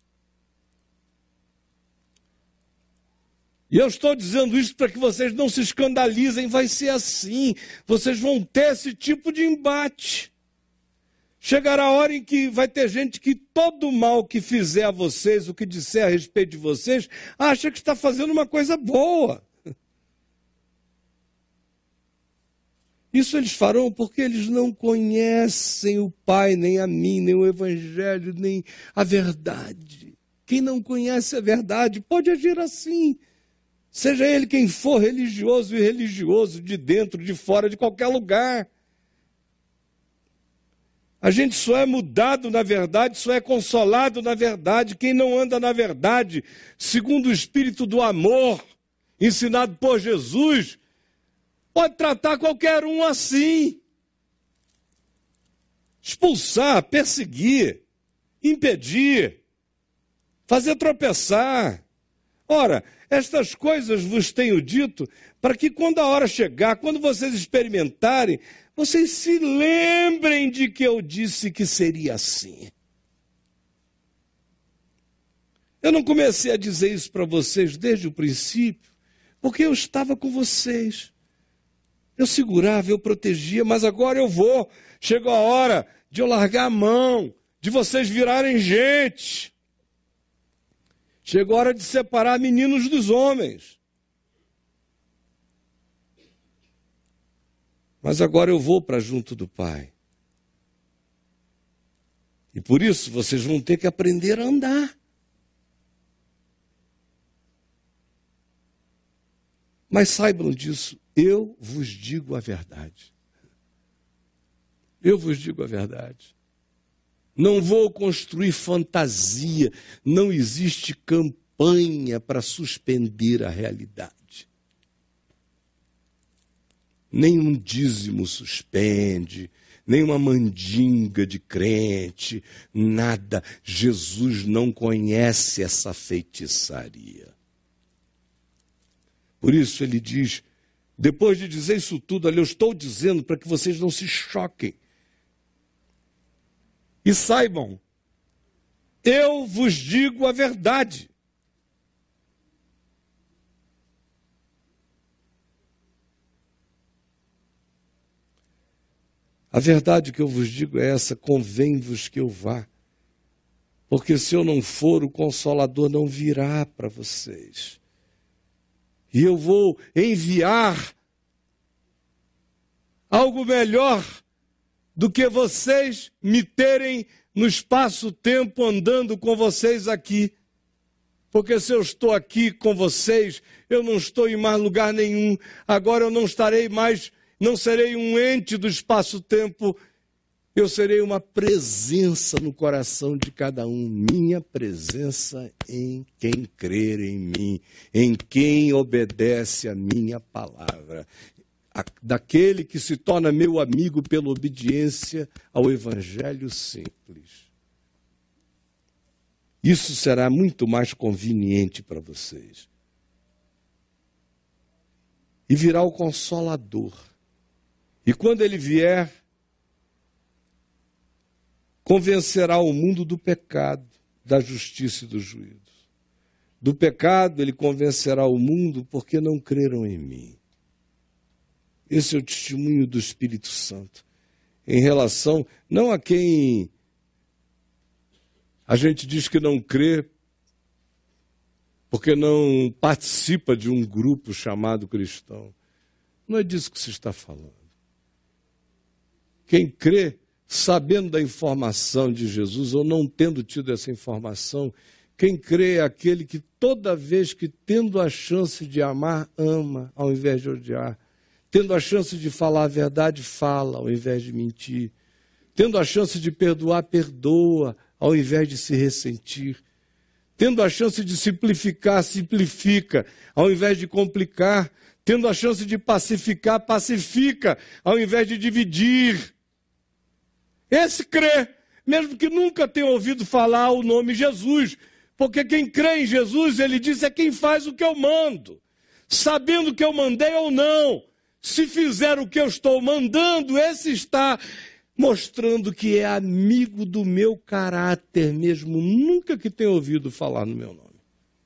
[SPEAKER 1] E eu estou dizendo isso para que vocês não se escandalizem, vai ser assim, vocês vão ter esse tipo de embate. Chegará a hora em que vai ter gente que todo mal que fizer a vocês, o que disser a respeito de vocês, acha que está fazendo uma coisa boa. Isso eles farão porque eles não conhecem o Pai, nem a mim, nem o Evangelho, nem a verdade. Quem não conhece a verdade pode agir assim. Seja ele quem for, religioso e irreligioso, de dentro, de fora, de qualquer lugar. A gente só é mudado na verdade, só é consolado na verdade. Quem não anda na verdade, segundo o espírito do amor, ensinado por Jesus, pode tratar qualquer um assim. Expulsar, perseguir, impedir, fazer tropeçar. Ora, estas coisas vos tenho dito para que quando a hora chegar, quando vocês experimentarem, vocês se lembrem de que eu disse que seria assim. Eu não comecei a dizer isso para vocês desde o princípio, porque eu estava com vocês. Eu segurava, eu protegia, mas agora eu vou. Chegou a hora de eu largar a mão, de vocês virarem gente. Chegou a hora de separar meninos dos homens. Mas agora eu vou para junto do Pai. E por isso vocês vão ter que aprender a andar. Mas saibam disso, eu vos digo a verdade. Eu vos digo a verdade. Não vou construir fantasia. Não existe campanha para suspender a realidade. Nenhum dízimo suspende, nenhuma mandinga de crente, nada. Jesus não conhece essa feitiçaria. Por isso ele diz, depois de dizer isso tudo, ali eu estou dizendo para que vocês não se choquem. E saibam, eu vos digo a verdade. A verdade que eu vos digo é essa, convém-vos que eu vá. Porque se eu não for, o Consolador não virá para vocês. E eu vou enviar algo melhor do que vocês me terem no espaço-tempo andando com vocês aqui. Porque se eu estou aqui com vocês, eu não estou em mais lugar nenhum. Agora eu não estarei mais, não serei um ente do espaço-tempo. Eu serei uma presença no coração de cada um. Minha presença em quem crer em mim, em quem obedece a minha palavra. daquele que se torna meu amigo pela obediência ao evangelho simples. Isso será muito mais conveniente para vocês. E virá o Consolador. E quando ele vier, convencerá o mundo do pecado, da justiça e do juízo. Do pecado ele convencerá o mundo porque não creram em mim. Esse é o testemunho do Espírito Santo em relação, não a quem a gente diz que não crê porque não participa de um grupo chamado cristão. Não é disso que se está falando. Quem crê, sabendo da informação de Jesus ou não tendo tido essa informação, quem crê é aquele que toda vez que tendo a chance de amar, ama ao invés de odiar. Tendo a chance de falar a verdade, fala ao invés de mentir. Tendo a chance de perdoar, perdoa ao invés de se ressentir. Tendo a chance de simplificar, simplifica ao invés de complicar. Tendo a chance de pacificar, pacifica ao invés de dividir. Esse crê, mesmo que nunca tenha ouvido falar o nome Jesus, porque quem crê em Jesus, ele diz, é quem faz o que eu mando, sabendo que eu mandei ou não. Se fizer o que eu estou mandando, esse está mostrando que é amigo do meu caráter, mesmo nunca que tenha ouvido falar no meu nome.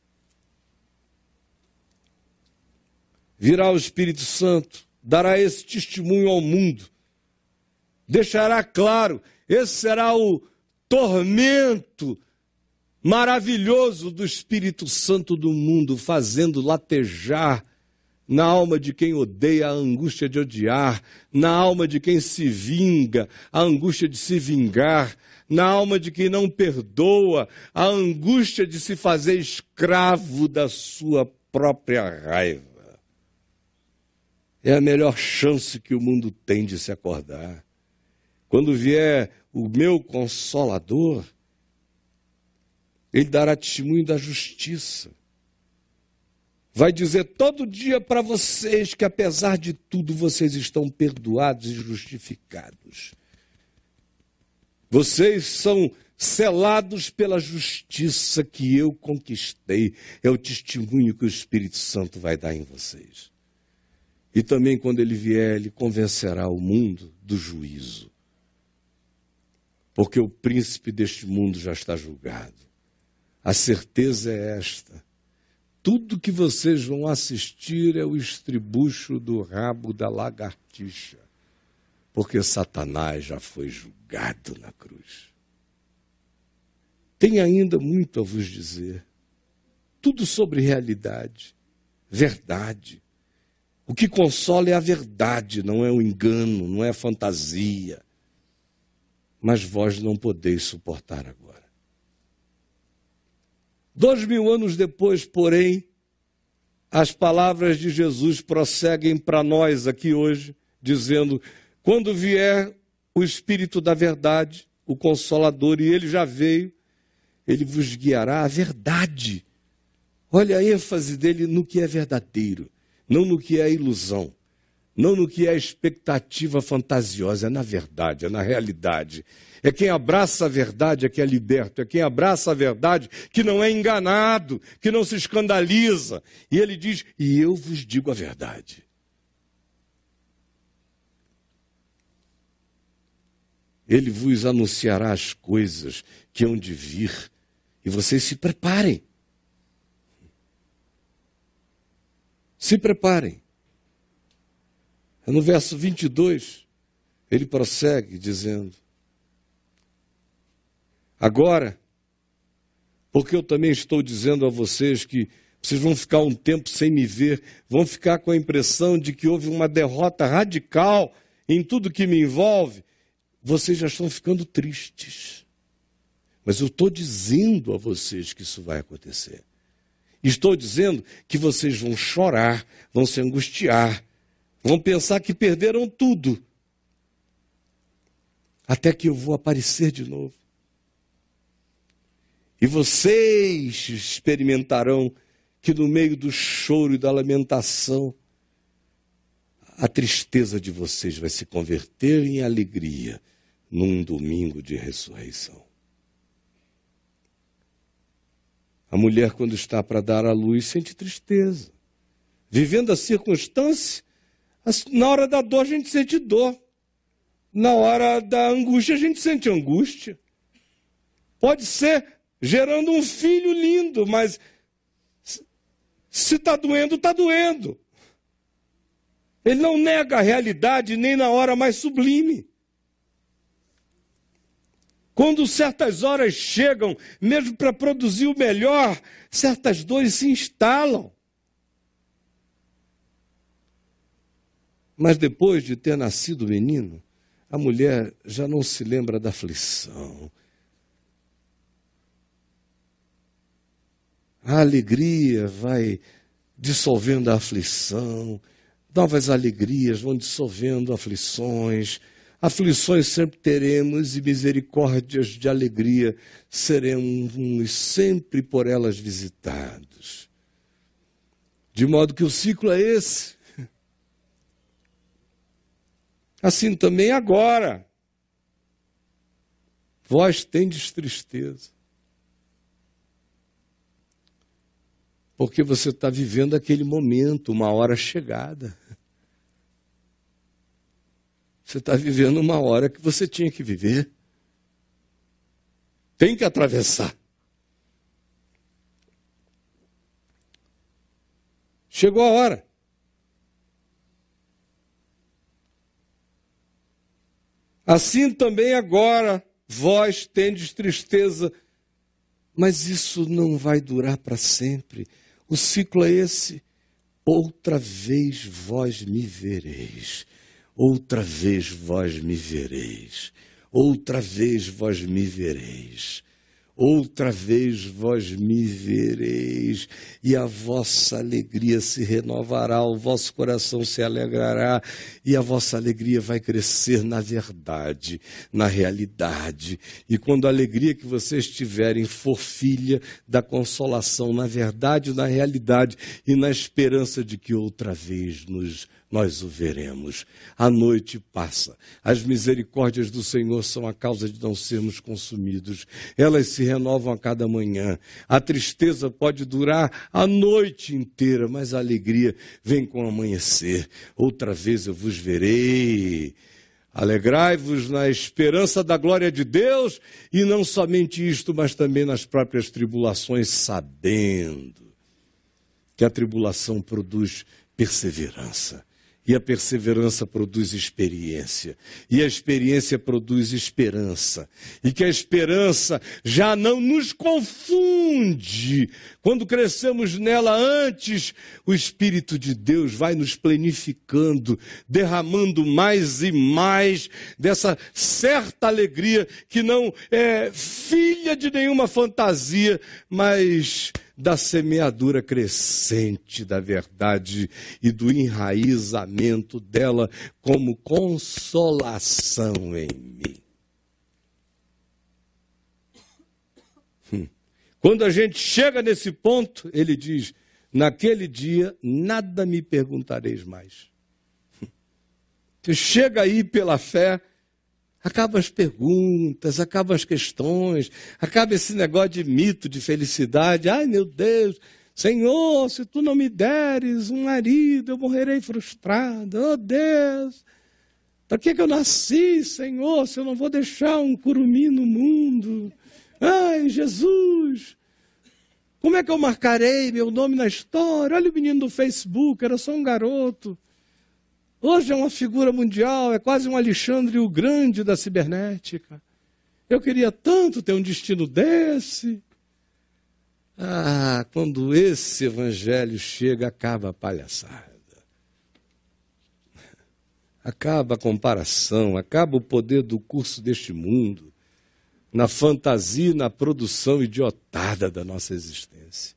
[SPEAKER 1] Virá o Espírito Santo, dará esse testemunho ao mundo, deixará claro, esse será o tormento maravilhoso do Espírito Santo do mundo, fazendo latejar na alma de quem odeia a angústia de odiar, na alma de quem se vinga, a angústia de se vingar, na alma de quem não perdoa, a angústia de se fazer escravo da sua própria raiva. É a melhor chance que o mundo tem de se acordar. Quando vier o meu Consolador, ele dará testemunho da justiça. Vai dizer todo dia para vocês que, apesar de tudo, vocês estão perdoados e justificados. Vocês são selados pela justiça que eu conquistei. É o testemunho que o Espírito Santo vai dar em vocês. E também, quando ele vier, ele convencerá o mundo do juízo. Porque o príncipe deste mundo já está julgado. A certeza é esta. Tudo que vocês vão assistir é o estribucho do rabo da lagartixa, porque Satanás já foi julgado na cruz. Tem ainda muito a vos dizer, tudo sobre realidade, verdade. O que consola é a verdade, não é o engano, não é a fantasia. Mas vós não podeis suportar agora. Dois mil anos depois, porém, as palavras de Jesus prosseguem para nós aqui hoje, dizendo, quando vier o Espírito da verdade, o Consolador, e ele já veio, ele vos guiará à verdade. Olha a ênfase dele no que é verdadeiro, não no que é ilusão, não no que é expectativa fantasiosa, é na verdade, é na realidade. É quem abraça a verdade é que é liberto, é quem abraça a verdade que não é enganado, que não se escandaliza. E ele diz, e eu vos digo a verdade. Ele vos anunciará as coisas que hão de vir, e vocês se preparem. Se preparem. No verso vinte e dois, ele prossegue dizendo, agora, porque eu também estou dizendo a vocês que vocês vão ficar um tempo sem me ver, vão ficar com a impressão de que houve uma derrota radical em tudo que me envolve, vocês já estão ficando tristes. Mas eu estou dizendo a vocês que isso vai acontecer. Estou dizendo que vocês vão chorar, vão se angustiar, vão pensar que perderam tudo, até que eu vou aparecer de novo. E vocês experimentarão que no meio do choro e da lamentação, a tristeza de vocês vai se converter em alegria num domingo de ressurreição. A mulher, quando está para dar à luz, sente tristeza. Vivendo a circunstância, na hora da dor a gente sente dor. Na hora da angústia a gente sente angústia. Pode ser gerando um filho lindo, mas se está doendo, está doendo. Ele não nega a realidade nem na hora mais sublime. Quando certas horas chegam, mesmo para produzir o melhor, certas dores se instalam. Mas depois de ter nascido o menino, a mulher já não se lembra da aflição. A alegria vai dissolvendo a aflição, novas alegrias vão dissolvendo aflições. Aflições sempre teremos e misericórdias de alegria seremos sempre por elas visitados. De modo que o ciclo é esse. Assim também agora. Vós tendes tristeza. Porque você está vivendo aquele momento, uma hora chegada. Você está vivendo uma hora que você tinha que viver. Tem que atravessar. Chegou a hora. Assim também agora vós tendes tristeza, mas isso não vai durar para sempre. O ciclo é esse. Outra vez vós me vereis. Outra vez vós me vereis, outra vez vós me vereis, outra vez vós me vereis, e a vossa alegria se renovará, o vosso coração se alegrará, e a vossa alegria vai crescer na verdade, na realidade. E quando a alegria que vocês tiverem for filha da consolação, na verdade, na realidade, e na esperança de que outra vez nos nós o veremos. A noite passa. As misericórdias do Senhor são a causa de não sermos consumidos. Elas se renovam a cada manhã. A tristeza pode durar a noite inteira, mas a alegria vem com o amanhecer. Outra vez eu vos verei. Alegrai-vos na esperança da glória de Deus, e não somente isto, mas também nas próprias tribulações, sabendo que a tribulação produz perseverança. E a perseverança produz experiência. E a experiência produz esperança. E que a esperança já não nos confunde. Quando crescemos nela antes, o Espírito de Deus vai nos plenificando, derramando mais e mais dessa certa alegria que não é filha de nenhuma fantasia, mas da semeadura crescente da verdade e do enraizamento dela como consolação em mim. Hum. Quando a gente chega nesse ponto, ele diz, naquele dia nada me perguntareis mais. Você chega aí pela fé, acabam as perguntas, acabam as questões, acaba esse negócio de mito, de felicidade. Ai, meu Deus, Senhor, se tu não me deres um marido, eu morrerei frustrado. Oh, Deus, para que que eu nasci, Senhor, se eu não vou deixar um curumim no mundo? Ai, Jesus, como é que eu marcarei meu nome na história? Olha o menino do Facebook, era só um garoto. Hoje é uma figura mundial, é quase um Alexandre o Grande da cibernética. Eu queria tanto ter um destino desse. Ah, quando esse evangelho chega, acaba a palhaçada. Acaba a comparação, acaba o poder do curso deste mundo, na fantasia e na produção idiotada da nossa existência.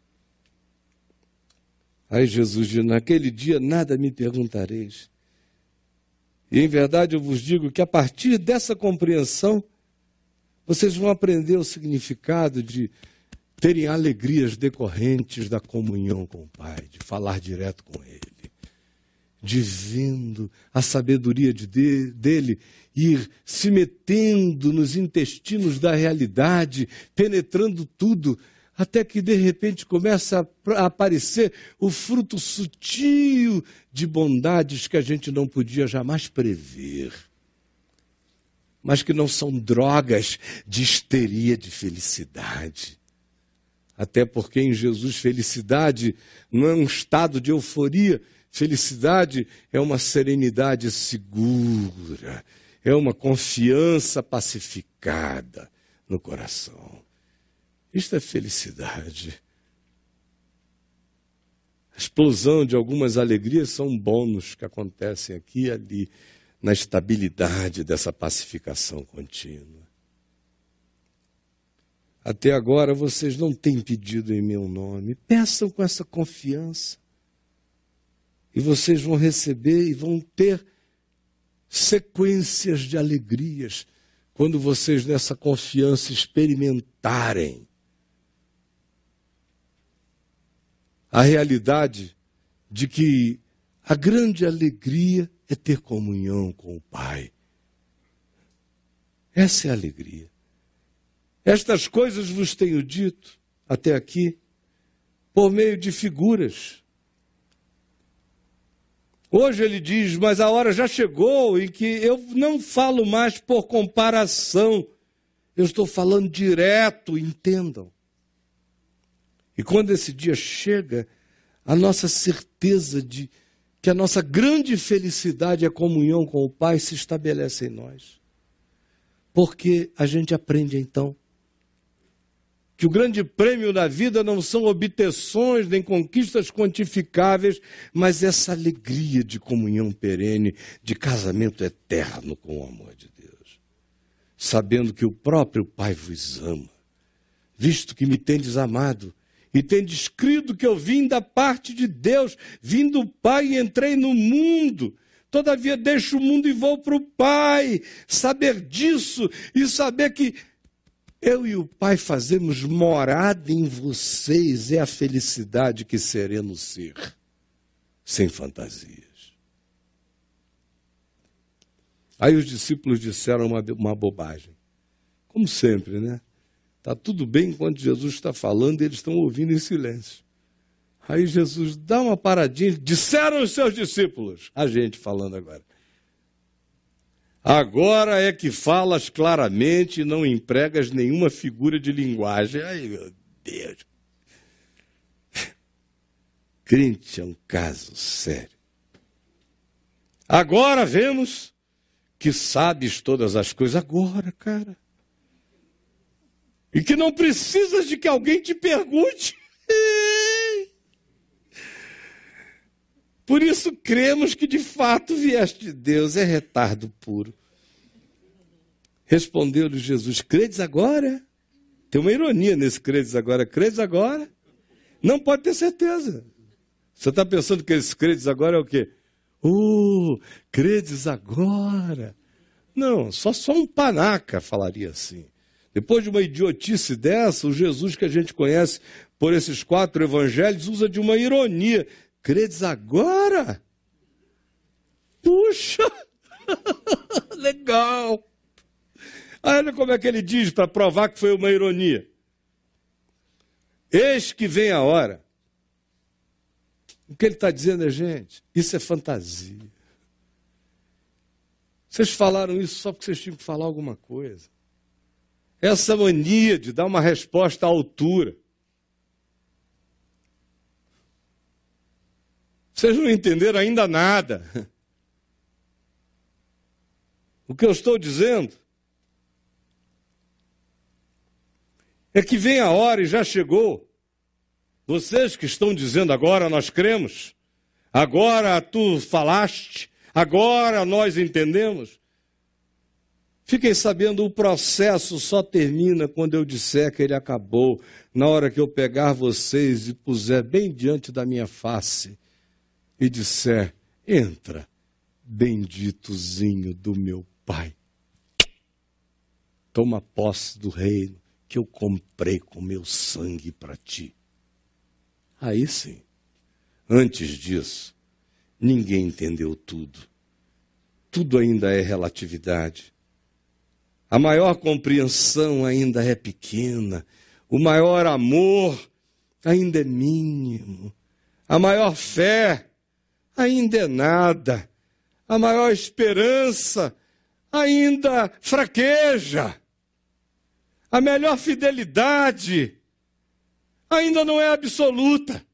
[SPEAKER 1] Aí Jesus diz, naquele dia nada me perguntareis. E em verdade eu vos digo que a partir dessa compreensão, vocês vão aprender o significado de terem alegrias decorrentes da comunhão com o Pai, de falar direto com Ele, de vendo a sabedoria de de, dele ir se metendo nos intestinos da realidade, penetrando tudo, até que de repente começa a aparecer o fruto sutil de bondades que a gente não podia jamais prever, mas que não são drogas de histeria de felicidade. Até porque em Jesus felicidade não é um estado de euforia, felicidade é uma serenidade segura, é uma confiança pacificada no coração. Isto é felicidade. A explosão de algumas alegrias são bônus que acontecem aqui e ali, na estabilidade dessa pacificação contínua. Até agora vocês não têm pedido em meu nome. Peçam com essa confiança. E vocês vão receber e vão ter sequências de alegrias quando vocês nessa confiança experimentarem a realidade de que a grande alegria é ter comunhão com o Pai. Essa é a alegria. Estas coisas vos tenho dito até aqui por meio de figuras. Hoje ele diz, mas a hora já chegou em que eu não falo mais por comparação. Eu estou falando direto, entendam. E quando esse dia chega, a nossa certeza de que a nossa grande felicidade é a comunhão com o Pai se estabelece em nós. Porque a gente aprende então que o grande prêmio da vida não são obtenções nem conquistas quantificáveis, mas essa alegria de comunhão perene, de casamento eterno com o amor de Deus. Sabendo que o próprio Pai vos ama, visto que me tendes amado, e tendes crido que eu vim da parte de Deus, vim do Pai e entrei no mundo. Todavia deixo o mundo e vou para o Pai. Saber disso e saber que eu e o Pai fazemos morada em vocês é a felicidade que sereno ser, sem fantasias. Aí os discípulos disseram uma, uma bobagem. Como sempre, né? Está tudo bem enquanto Jesus está falando e eles estão ouvindo em silêncio. Aí Jesus dá uma paradinha, disseram os seus discípulos, a gente falando agora. Agora é que falas claramente e não empregas nenhuma figura de linguagem. Ai, meu Deus. Crente é um caso sério. Agora vemos que sabes todas as coisas. Agora, cara. E que não precisas de que alguém te pergunte. Por isso cremos que de fato vieste de Deus. É retardo puro. Respondeu-lhe Jesus, credes agora? Tem uma ironia nesse credes agora. Credes agora? Não pode ter certeza. Você está pensando que esse credes agora é o quê? Oh, credes agora? Não, só, só um panaca falaria assim. Depois de uma idiotice dessa, o Jesus que a gente conhece por esses quatro evangelhos usa de uma ironia. Credes agora? Puxa! Legal! Olha como é que ele diz para provar que foi uma ironia. Eis que vem a hora. O que ele está dizendo é, gente, isso é fantasia. Vocês falaram isso só porque vocês tinham que falar alguma coisa. Essa mania de dar uma resposta à altura. Vocês não entenderam ainda nada. O que eu estou dizendo é que vem a hora e já chegou. Vocês que estão dizendo agora nós cremos, agora tu falaste, agora nós entendemos. Fiquem sabendo, o processo só termina quando eu disser que ele acabou, na hora que eu pegar vocês e puser bem diante da minha face e disser, entra, benditozinho do meu Pai. Toma posse do reino que eu comprei com meu sangue para ti. Aí sim, antes disso, ninguém entendeu tudo. Tudo ainda é relatividade. A maior compreensão ainda é pequena. O maior amor ainda é mínimo. A maior fé ainda é nada. A maior esperança ainda fraqueja. A melhor fidelidade ainda não é absoluta.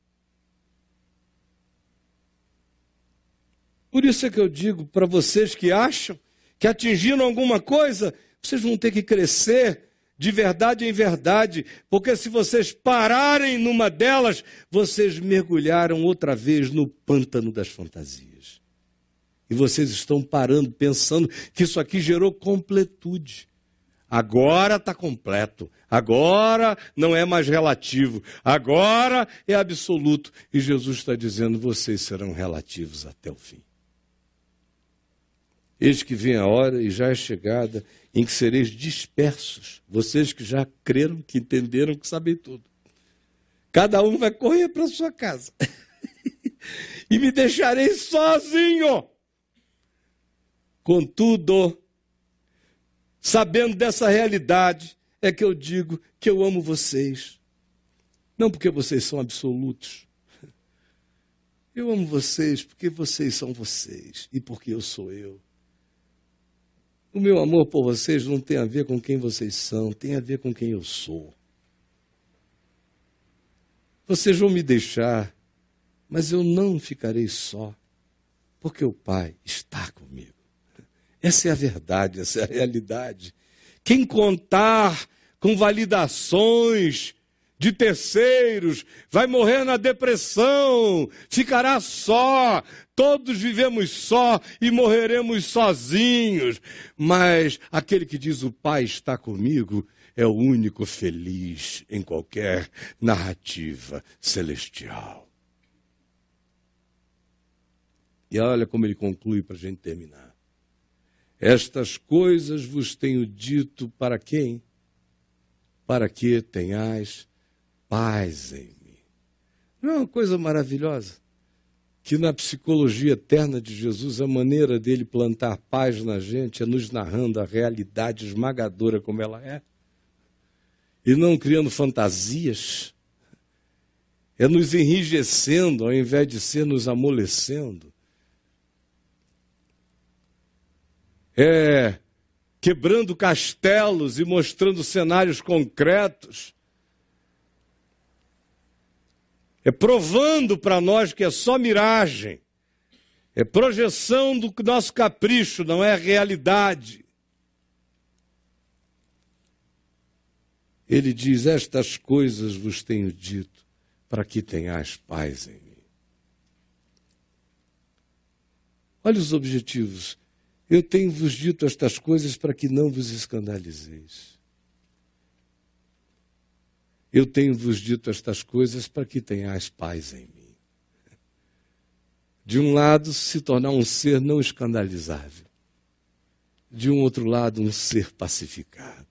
[SPEAKER 1] Por isso é que eu digo para vocês que acham que atingiram alguma coisa, vocês vão ter que crescer de verdade em verdade, porque se vocês pararem numa delas, vocês mergulharam outra vez no pântano das fantasias. E vocês estão parando, pensando que isso aqui gerou completude. Agora está completo, agora não é mais relativo, agora é absoluto. E Jesus está dizendo, vocês serão relativos até o fim. Eis que vem a hora e já é chegada em que sereis dispersos, vocês que já creram, que entenderam, que sabem tudo. Cada um vai correr para a sua casa. E me deixarei sozinho. Contudo, sabendo dessa realidade, é que eu digo que eu amo vocês. Não porque vocês são absolutos. Eu amo vocês porque vocês são vocês e porque eu sou eu. O meu amor por vocês não tem a ver com quem vocês são, tem a ver com quem eu sou. Vocês vão me deixar, mas eu não ficarei só, porque o Pai está comigo. Essa é a verdade, essa é a realidade. Quem contar com validações de terceiros vai morrer na depressão, ficará só. Todos vivemos só e morreremos sozinhos. Mas aquele que diz o Pai está comigo é o único feliz em qualquer narrativa celestial. E olha como ele conclui para a gente terminar. Estas coisas vos tenho dito para quem? Para que tenhais paz em mim. Não é uma coisa maravilhosa? Que na psicologia eterna de Jesus, a maneira dele plantar paz na gente é nos narrando a realidade esmagadora como ela é. E não criando fantasias. É nos enrijecendo ao invés de ser nos amolecendo. É quebrando castelos e mostrando cenários concretos. É provando para nós que é só miragem. É projeção do nosso capricho, não é realidade. Ele diz, estas coisas vos tenho dito, para que tenhais paz em mim. Olha os objetivos. Eu tenho vos dito estas coisas para que não vos escandalizeis. Eu tenho vos dito estas coisas para que tenhais paz em mim. De um lado, se tornar um ser não escandalizável. De um outro lado, um ser pacificado.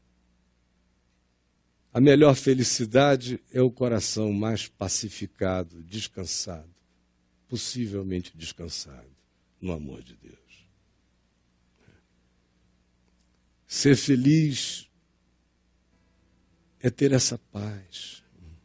[SPEAKER 1] A melhor felicidade é o coração mais pacificado, descansado, possivelmente descansado no amor de Deus. Ser feliz é ter essa paz.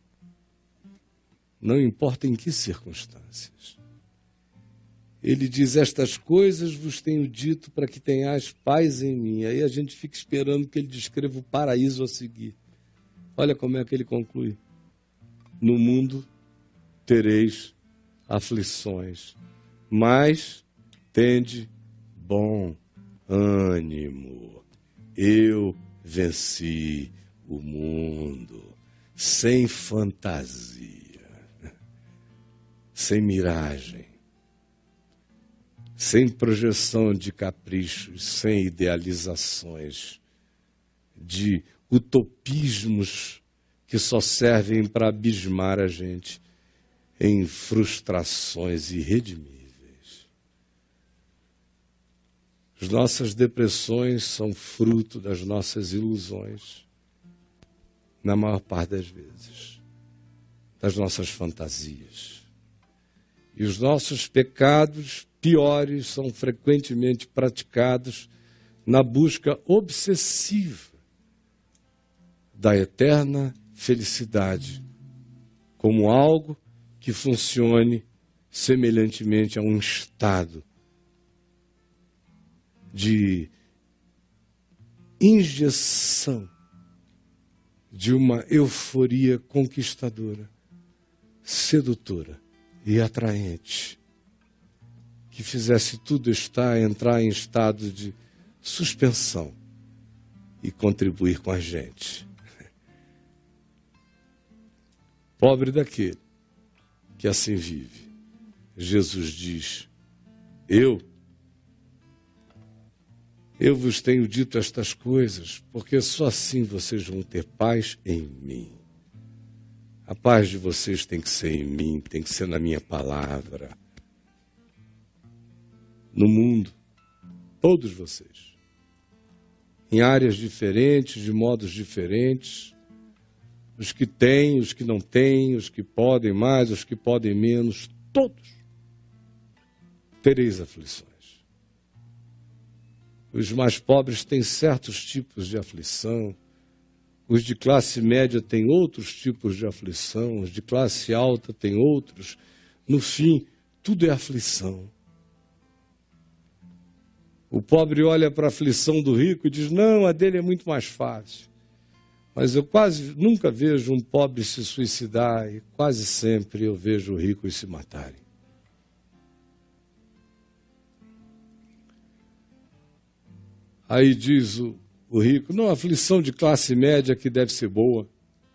[SPEAKER 1] Não importa em que circunstâncias. Ele diz, estas coisas vos tenho dito para que tenhais paz em mim. Aí a gente fica esperando que ele descreva o paraíso a seguir. Olha como é que ele conclui. No mundo tereis aflições, mas tende bom ânimo. Eu venci o mundo, sem fantasia, sem miragem, sem projeção de caprichos, sem idealizações, de utopismos que só servem para abismar a gente em frustrações irredimíveis. As nossas depressões são fruto das nossas ilusões, na maior parte das vezes, das nossas fantasias. E E os nossos pecados piores são frequentemente praticados na busca obsessiva da eterna felicidade, como algo que funcione semelhantemente a um estado de injeção de uma euforia conquistadora, sedutora e atraente, que fizesse tudo estar, entrar em estado de suspensão e contribuir com a gente. Pobre daquele que assim vive. Jesus diz: eu, eu vos tenho dito estas coisas, porque só assim vocês vão ter paz em mim. A paz de vocês tem que ser em mim, tem que ser na minha palavra. No mundo, todos vocês, em áreas diferentes, de modos diferentes, os que têm, os que não têm, os que podem mais, os que podem menos, todos tereis aflições. Os mais pobres têm certos tipos de aflição, os de classe média têm outros tipos de aflição, os de classe alta têm outros. No fim, tudo é aflição. O pobre olha para a aflição do rico e diz: não, a dele é muito mais fácil. Mas eu quase nunca vejo um pobre se suicidar e quase sempre eu vejo ricos se matarem. Aí diz o, o rico: não, a aflição de classe média que deve ser boa.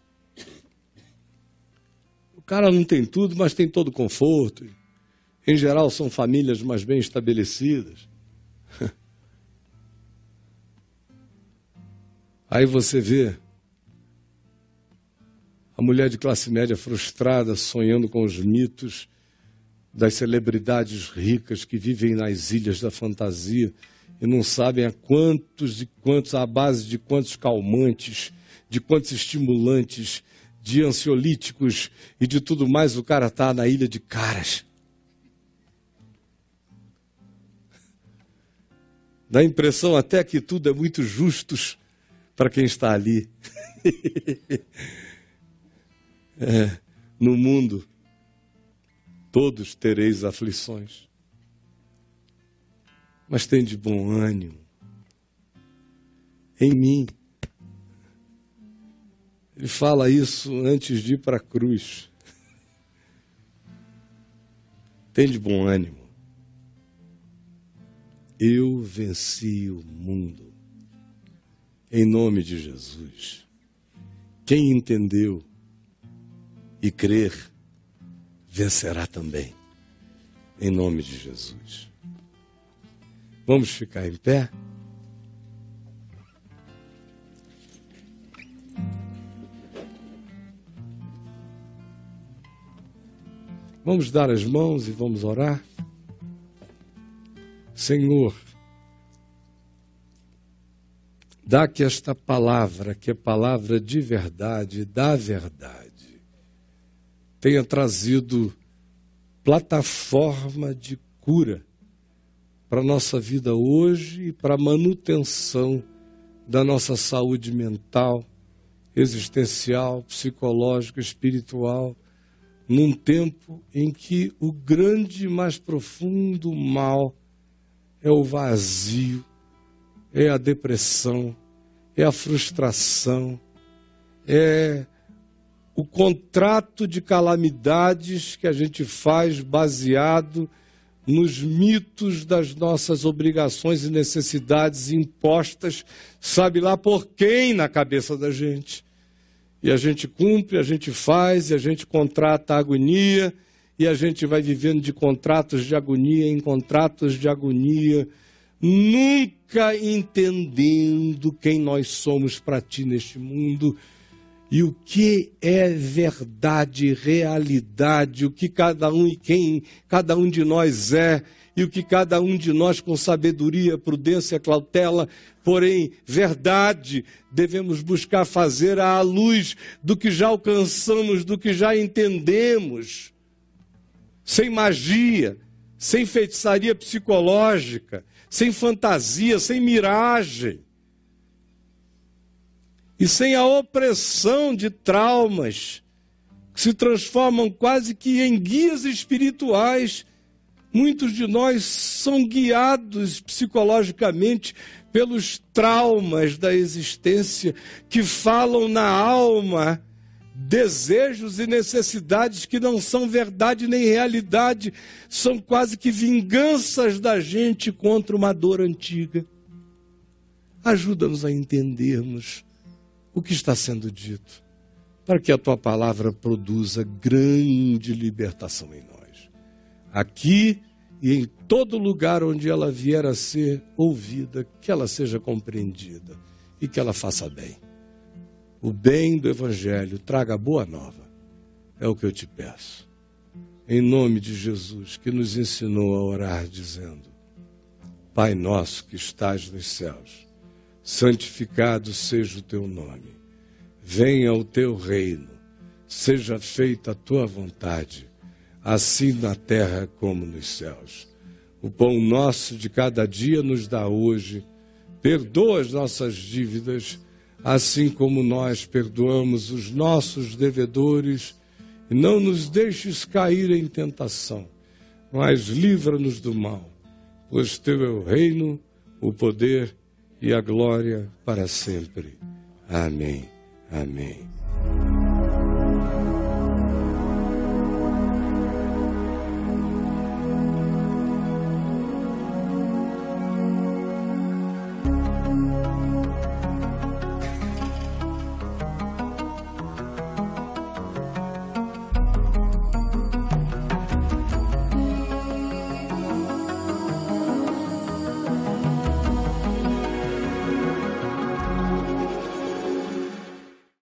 [SPEAKER 1] O cara não tem tudo, mas tem todo conforto. Em geral são famílias mais bem estabelecidas. Aí você vê a mulher de classe média frustrada, sonhando com os mitos das celebridades ricas que vivem nas ilhas da fantasia e não sabem a quantos e quantos, à base de quantos calmantes, de quantos estimulantes, de ansiolíticos e de tudo mais o cara está na ilha de caras. Dá a impressão até que tudo é muito justo para quem está ali. É, no mundo, todos tereis aflições. Mas tem de bom ânimo. Em mim. Ele fala isso antes de ir para a cruz. Tem de bom ânimo. Eu venci o mundo. Em nome de Jesus. Quem entendeu e crer, vencerá também. Em nome de Jesus. Vamos ficar em pé? Vamos dar as mãos e vamos orar. Senhor, dá que esta palavra, que é palavra de verdade, da verdade, tenha trazido plataforma de cura para a nossa vida hoje e para a manutenção da nossa saúde mental, existencial, psicológica, espiritual, num tempo em que o grande e mais profundo mal é o vazio, é a depressão, é a frustração, é o contrato de calamidades que a gente faz baseado nos mitos das nossas obrigações e necessidades impostas, sabe lá por quem na cabeça da gente. E a gente cumpre, a gente faz, e a gente contrata a agonia, e a gente vai vivendo de contratos de agonia em contratos de agonia, nunca entendendo quem nós somos para ti neste mundo, e o que é verdade, realidade, o que cada um e quem cada um de nós é, e o que cada um de nós com sabedoria, prudência, cautela, porém verdade, devemos buscar fazer à luz do que já alcançamos, do que já entendemos. sem magia, sem feitiçaria psicológica, sem fantasia, sem miragem. E sem a opressão de traumas que se transformam quase que em guias espirituais. Muitos de nós são guiados psicologicamente pelos traumas da existência que falam na alma desejos e necessidades que não são verdade nem realidade, são quase que vinganças da gente contra uma dor antiga. Ajuda-nos a entendermos o que está sendo dito, para que a tua palavra produza grande libertação em nós, aqui e em todo lugar onde ela vier a ser ouvida, que ela seja compreendida e que ela faça bem. O bem do Evangelho, traga a boa nova, é o que eu te peço. Em nome de Jesus, que nos ensinou a orar dizendo: Pai nosso que estás nos céus, santificado seja o teu nome. Venha o teu reino, seja feita a tua vontade, assim na terra como nos céus. O pão nosso de cada dia nos dá hoje. Perdoa as nossas dívidas, assim como nós perdoamos os nossos devedores. E não nos deixes cair em tentação, mas livra-nos do mal, pois teu é o reino, o poder e a glória para sempre. Amém. Amém.